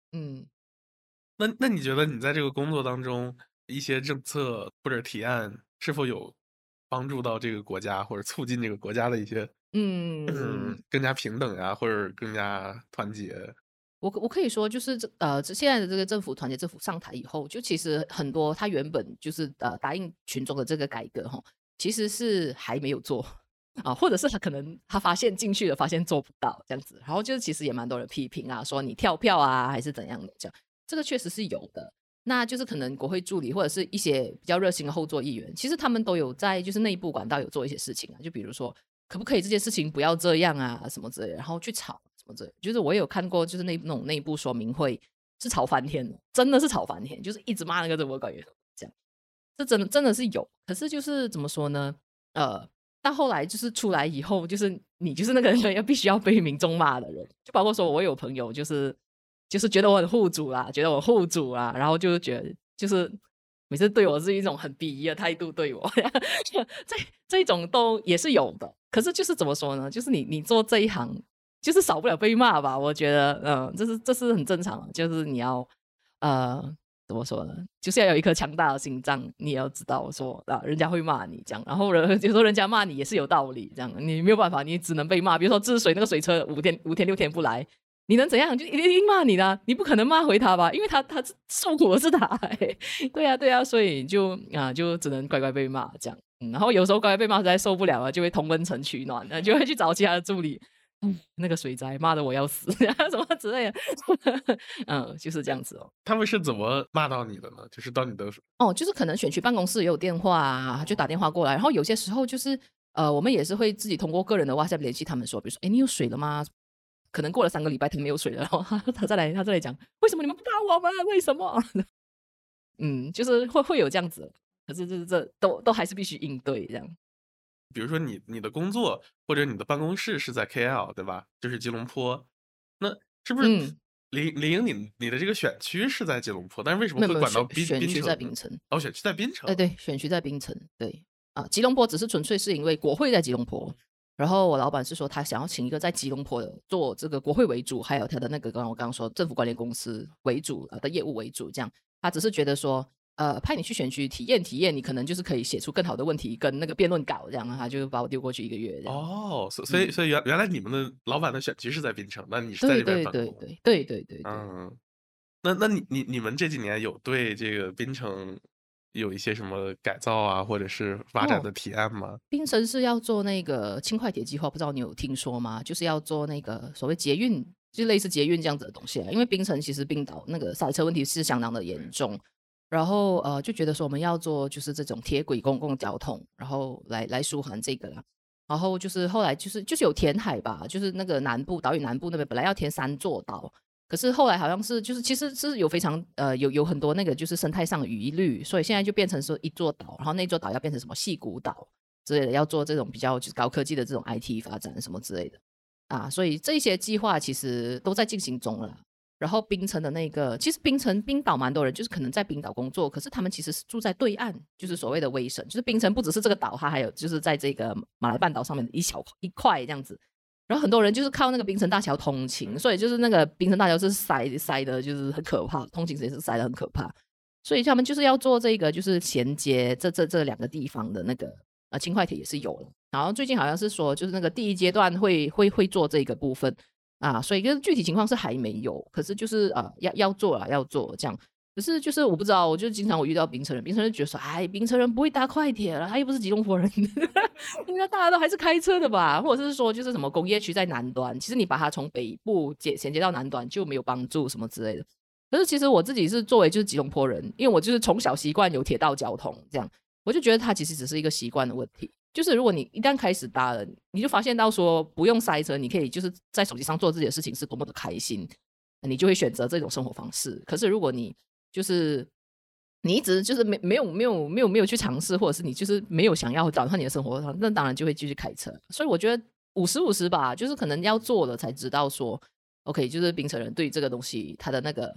那你觉得你在这个工作当中，一些政策或者提案是否有帮助到这个国家，或者促进这个国家的一些更加平等呀，或者更加团结？ 我可以说就是现在的这个政府团结政府上台以后，就其实很多他原本就是答应群众的这个改革其实是还没有做啊，或者是他可能他发现进去了，发现做不到这样子，然后就是其实也蛮多人批评啊，说你跳票啊还是怎样的这样，这个确实是有的。那就是可能国会助理或者是一些比较热心的后座议员，其实他们都有在就是内部管道有做一些事情啊，就比如说可不可以这件事情不要这样啊什么之类的，然后去吵什么之类的，就是我也有看过就是那种内部说明会是吵翻天的，真的是吵翻天，就是一直骂那个政府官员这样，这真的是有。可是就是怎么说呢，到后来就是出来以后，就是你就是那个人必须要被民众骂的人，就包括说我有朋友就是觉得我很护主啦，觉得我护主啦，然后就是觉得就是每次对我是一种很鄙夷的态度对我这一种都也是有的。可是就是怎么说呢，就是你做这一行就是少不了被骂吧，我觉得这是很正常的，就是你要怎么说呢，就是要有一颗强大的心脏，你也要知道说人家会骂你这样，然后有时候人家骂你也是有道理这样，你没有办法，你只能被骂。比如说治水那个水车5天6天不来，你能怎样？就一定骂你的，你不可能骂回他吧，因为他受苦的是他对啊，所以就只能乖乖被骂这样。然后有时候乖乖被骂实在受不了了，就会同温层取暖，就会去找其他的助理。那个水灾骂得我要死什么之类的就是这样子他们是怎么骂到你的呢？就是到你的就是可能选区办公室也有电话啊，就打电话过来，然后有些时候就是我们也是会自己通过个人的 WhatsApp 联系他们说，比如说你有水了吗？可能过了3个礼拜他没有水了，然后他再来讲为什么你们不打我们？为什么？就是会有这样子，可是这都还是必须应对这样。 比如说你的工作或者你的办公室是在 KL 对吧？就是吉隆坡，那是不是林颖你的这个选区是在吉隆坡，但是为什么会管到选区在槟城？ 选区在槟城。 对，选区在槟城。对吉隆坡只是纯粹是因为国会在吉隆坡，然后我老板是说他想要请一个在吉隆坡的做这个国会为主，还有他的那个我刚刚说政府关联公司为主的业务为主，这样他只是觉得说派你去选区体验，你可能就是可以写出更好的问题跟那个辩论稿这样，他就把我丢过去1个月这样。 所以原来你们的老板的选区是在槟城，那你是在这边办公。 对。 那你们这几年有对这个槟城有一些什么改造啊，或者是发展的提案吗？ 槟城是要做那个轻快铁计划，不知道你有听说吗？就是要做那个所谓捷运，就类似捷运这样子的东西因为槟城其实冰岛那个塞车问题是相当的严重，然后就觉得说我们要做就是这种铁轨公共交通，然后来舒缓这个啦。然后就是后来就是有填海吧，就是那个南部岛屿南部那边本来要填3座岛，可是后来好像是就是其实是有非常有很多那个就是生态上的疑虑，所以现在就变成说1座岛，然后那座岛要变成什么矽谷岛之类的，要做这种比较就是高科技的这种 IT 发展什么之类的所以这些计划其实都在进行中了。然后槟城的那个其实冰岛蛮多人就是可能在冰岛工作，可是他们其实是住在对岸，就是所谓的威省，就是槟城不只是这个岛，它还有就是在这个马来半岛上面的一块这样子。然后很多人就是靠那个槟城大桥通勤，所以就是那个槟城大桥是塞的就是很可怕，通勤时间是塞的很可怕，所以他们就是要做这个就是衔接这2个地方的那个轻快铁也是有了，然后最近好像是说就是那个第1阶段会做这个部分所以具体情况是还没有，可是就是要做这样。可是就是我不知道，我就经常遇到槟城人就觉得说槟城人不会搭快铁了，他又不是吉隆坡人应该大家都还是开车的吧，或者是说就是什么工业区在南端，其实你把它从北部衔接到南端就没有帮助什么之类的。可是其实我自己是作为就是吉隆坡人，因为我就是从小习惯有铁道交通这样，我就觉得它其实只是一个习惯的问题，就是如果你一旦开始搭了，你就发现到说不用塞车，你可以就是在手机上做自己的事情是多么的开心，你就会选择这种生活方式。可是如果你就是你一直就是没有去尝试，或者是你就是没有想要转换你的生活，那当然就会继续开车。所以我觉得50-50吧，就是可能要做了才知道说 OK， 就是槟城人对于这个东西他的那个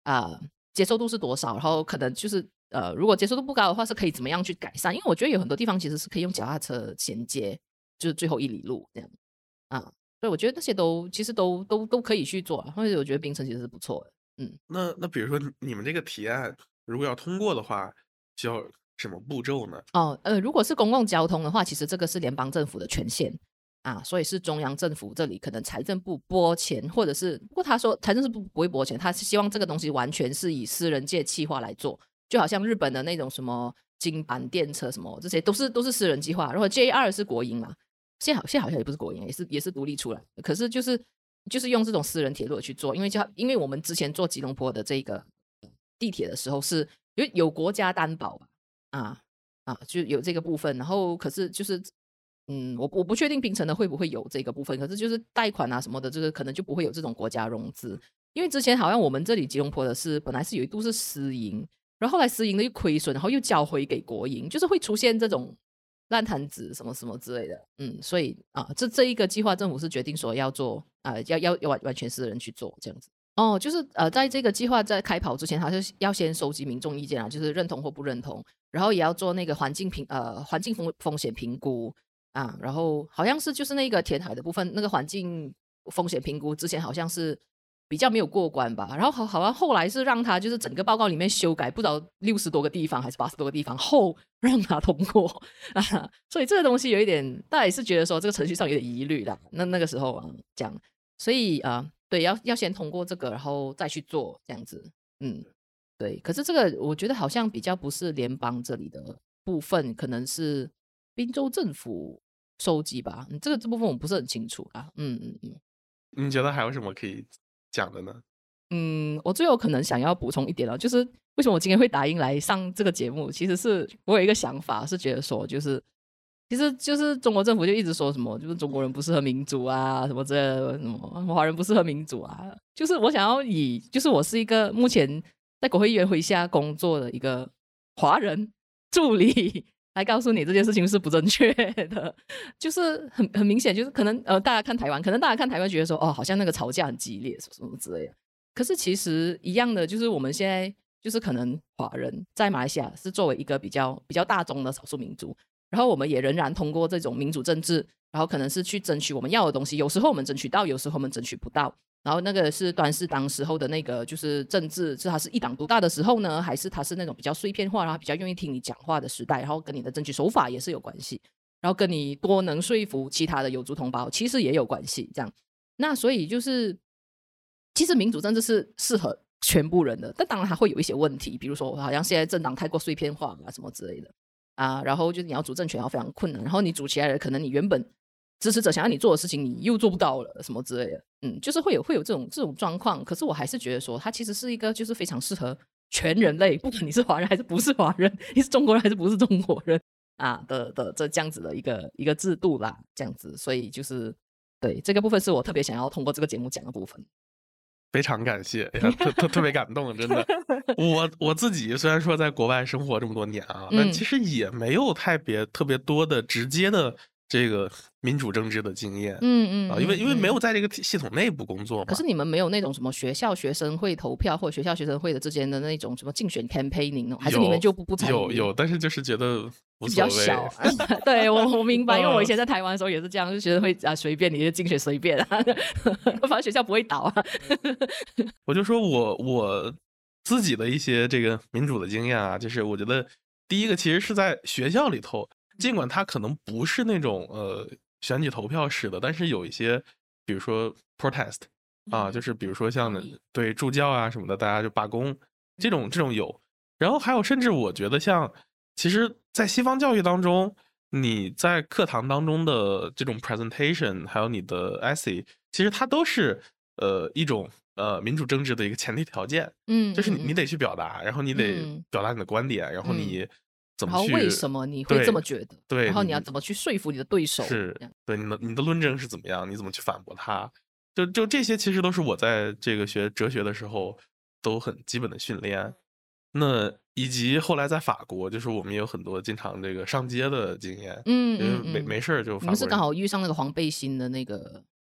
接受度是多少，然后可能就是如果接受度不高的话，是可以怎么样去改善？因为我觉得有很多地方其实是可以用脚踏车衔接，就是最后1里路这样所以我觉得那些其实都可以去做，或者我觉得槟城其实是不错的。 那比如说你们这个提案如果要通过的话，需要什么步骤呢？ 如果是公共交通的话，其实这个是联邦政府的权限所以是中央政府这里可能财政部拨钱，或者是不过他说财政部不会拨钱，他是希望这个东西完全是以私人界企划来做，就好像日本的那种什么京阪电车什么这些都是私人计划，如果 JR 是国营嘛，现在好像也不是国营，也是独立出来，可是就是用这种私人铁路去做，因为我们之前做吉隆坡的这个地铁的时候是有国家担保就有这个部分，然后可是就是我不确定槟城的会不会有这个部分，可是就是贷款什么的，就是可能就不会有这种国家融资，因为之前好像我们这里吉隆坡的本来是有一度是私营，然后后来私营的又亏损，然后又交回给国营，就是会出现这种烂摊子什么什么之类的，所以这一个计划政府是决定说要做要完全私人去做这样子。就是在这个计划在开跑之前，他是要先收集民众意见就是认同或不认同，然后也要做那个环境风险评估然后好像是就是那个填海的部分，那个环境风险评估之前好像是比较没有过关吧，然后好像后来是让他就是整个报告里面修改，不知道60多个地方还是80多个地方后让他通过所以这个东西有一点，大家也是觉得说这个程序上有点疑虑啦。那个时候讲，所以对，要先通过这个，然后再去做这样子。对。可是这个我觉得好像比较不是联邦这里的部分，可能是宾州政府收集吧。这部分我不是很清楚你觉得还有什么可以讲的呢？ 我最有可能想要补充一点就是为什么我今天会答应来上这个节目，其实是我有一个想法，是觉得说其实就是中国政府就一直说什么就是中国人不适合民主什么之类的，什么华人不适合民主就是我想要就是我是一个目前在国会议员麾下工作的一个华人助理来告诉你这件事情是不正确的，就是很明显，就是可能大家看台湾觉得说好像那个吵架很激烈什么之类的，可是其实一样的，就是我们现在就是可能华人在马来西亚是作为一个比较大众的少数民族，然后我们也仍然通过这种民主政治，然后可能是去争取我们要的东西，有时候我们争取到，有时候我们争取不到，然后那个是端视当时候的那个就是政治，是他是一党独大的时候呢，还是他是那种比较碎片化，然后比较愿意听你讲话的时代，然后跟你的争取手法也是有关系，然后跟你多能说服其他的有族同胞其实也有关系这样。那所以就是其实民主政治是适合全部人的，但当然还会有一些问题，比如说好像现在政党太过碎片化什么之类的然后就是你要主政权要非常困难，然后你主起来了，可能你原本支持者想要你做的事情你又做不到了什么之类的，就是会有这种状况。可是我还是觉得说它其实是一个就是非常适合全人类，不管你是华人还是不是华人，你是中国人还是不是中国人的这样子的一个制度啦，这样子。所以就是对这个部分是我特别想要通过这个节目讲的部分。 非常感谢，特别感动，真的。我自己虽然说在国外生活这么多年但其实也没有特别多的直接的这个民主政治的经验，因为没有在这个系统内部工作嘛。 可是你们没有那种什么学校学生会投票，或者学校学生会的之间的那种什么竞选 campaigning 还是你们就不参与？ 有，但是就是觉得无所谓， 比较小对，我明白，因为我以前在台湾的时候也是这样，就觉得会随便你就竞选随便反正学校不会倒我就说我自己的一些这个民主的经验就是我觉得第一个其实是在学校里头，尽管它可能不是那种选举投票式的，但是有一些比如说 protest就是比如说像对助教什么的，大家就罢工这种有。然后还有甚至我觉得像其实在西方教育当中，你在课堂当中的这种 presentation 还有你的 essay， 其实它都是一种民主政治的一个前提条件，就是你得去表达，然后你得表达你的观点，然后你怎么去， 然后为什么你会这么觉得， 对， 然后你要怎么去说服你的对手， 是对你的论证是怎么样，你怎么去反驳他，就这些其实都是我在这个学哲学的时候都很基本的训练。那以及后来在法国，就是我们也有很多经常这个上街的经验，没事就法国人。 你们是刚好遇上那个黄背心的那个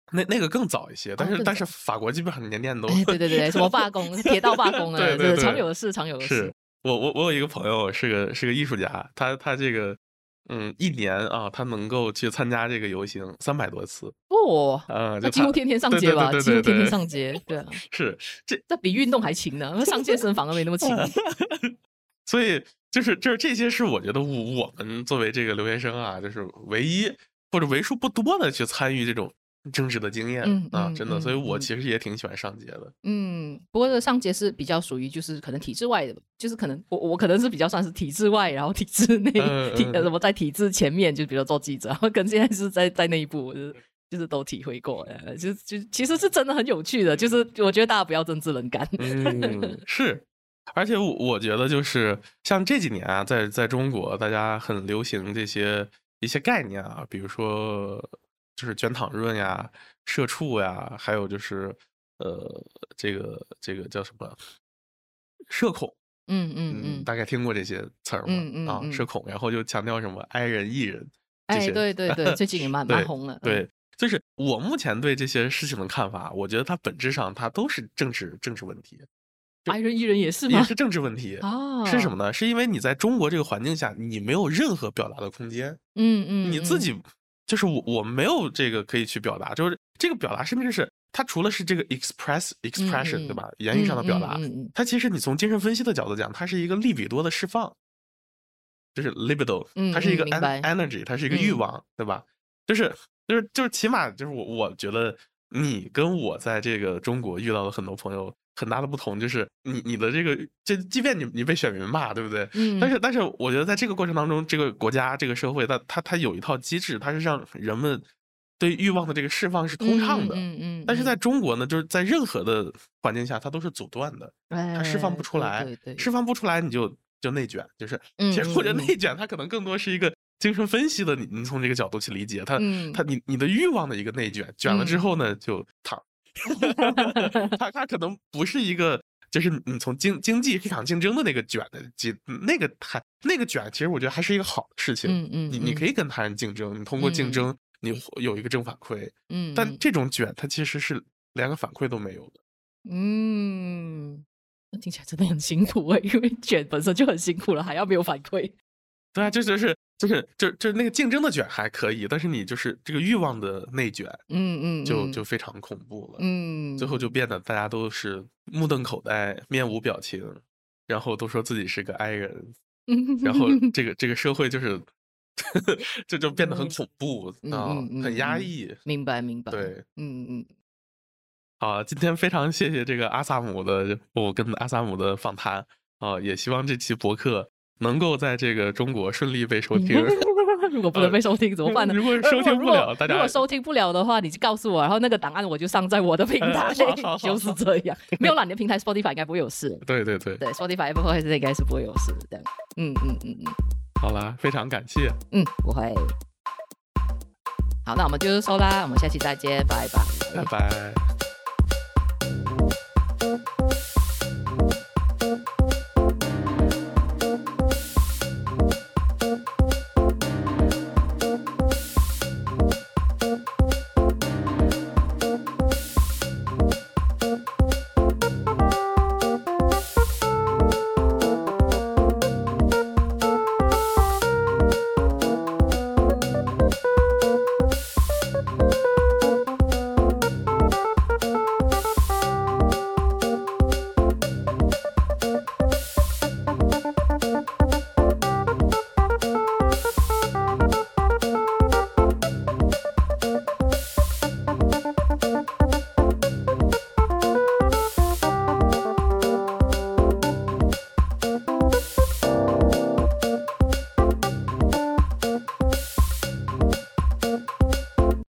那个更早一些，但是法国基本上年年都对，什么罢工，铁道罢工啊， 对， 常有的事。 是我有一个朋友是个艺术家，他这个一年啊，他能够去参加这个游行300多次那几乎天天上街吧，几乎天天上街，对啊， 是这比运动还勤呢，上健身房都没那么勤。 所以就是这些是我觉得我们作为这个留学生啊，就是唯一或者为数不多的去参与这种政治的经验真的，所以我其实也挺喜欢上街的。 不过这上街是比较属于就是可能体制外的，就是可能我可能是比较算是体制外，然后体制内，什么在体制前面，就比如做记者，然后跟现在是在内部，就是都体会过的，就其实是真的很有趣的，就是我觉得大家不要政治冷感。 是。而且我觉得就是像这几年啊，在中国大家很流行一些概念啊，比如说就是卷躺论呀、社畜呀，还有就是这个叫什么社恐，大概听过这些词儿吗？社恐，然后就强调什么 I 人 E 人， 对，最近也蛮红的。 对，就是我目前对这些事情的看法，我觉得它本质上它都是政治问题。 I 人 E 人也是吗？ 也是政治问题是什么呢？是因为你在中国这个环境下，你没有任何表达的空间。你自己就是我没有这个可以去表达，就是这个表达甚至是它除了是这个 expression 对吧？言语上的表达，它其实你从精神分析的角度讲，它是一个利比多的释放，就是 libido，它是一个 energy，它是一个欲望，对吧？就是起码就是我觉得你跟我在这个中国遇到的很多朋友。很大的不同就是你的这个，就即便你被选民骂，对不对？但是我觉得在这个过程当中，这个国家这个社会，它有一套机制，它是让人们对欲望的这个释放是通畅的。但是在中国呢，就是在任何的环境下，它都是阻断的，它释放不出来，释放不出来你就内卷，就是其实或者内卷，它可能更多是一个精神分析的，你从这个角度去理解它，你的欲望的一个内卷，卷了之后呢就躺。它可能不是一个，就是你从经济市场竞争的那个卷的那个卷，其实我觉得还是一个好的事情。你可以跟他人竞争，你通过竞争，你有一个正反馈。但这种卷，它其实是连个反馈都没有的。 那听起来真的很辛苦因为卷本身就很辛苦了，还要没有反馈。 对啊，就是那个竞争的卷还可以，但是你就是这个欲望的内卷，就非常恐怖了。最后就变得大家都是目瞪口呆、面无表情，然后都说自己是个 I 人，然后这个社会就是就变得很恐怖很压抑。 明白。 对，好，今天非常谢谢这个阿萨姆的我跟阿萨姆的访谈也希望这期博客能够在这个中国顺利被收听。 如果不能被收听怎么办呢？ 如果收听不了，大家如果收听不了的话，你就告诉我，然后那个档案我就上在我的平台。就是这样，没有啦，你的平台 Spotify 应该不会有事。 对 Spotify、Apple Podcast 应该是不会有事的。这样， 好啦，非常感谢。 不会。好，那我们就收啦，我们下期再见，拜拜。 拜拜。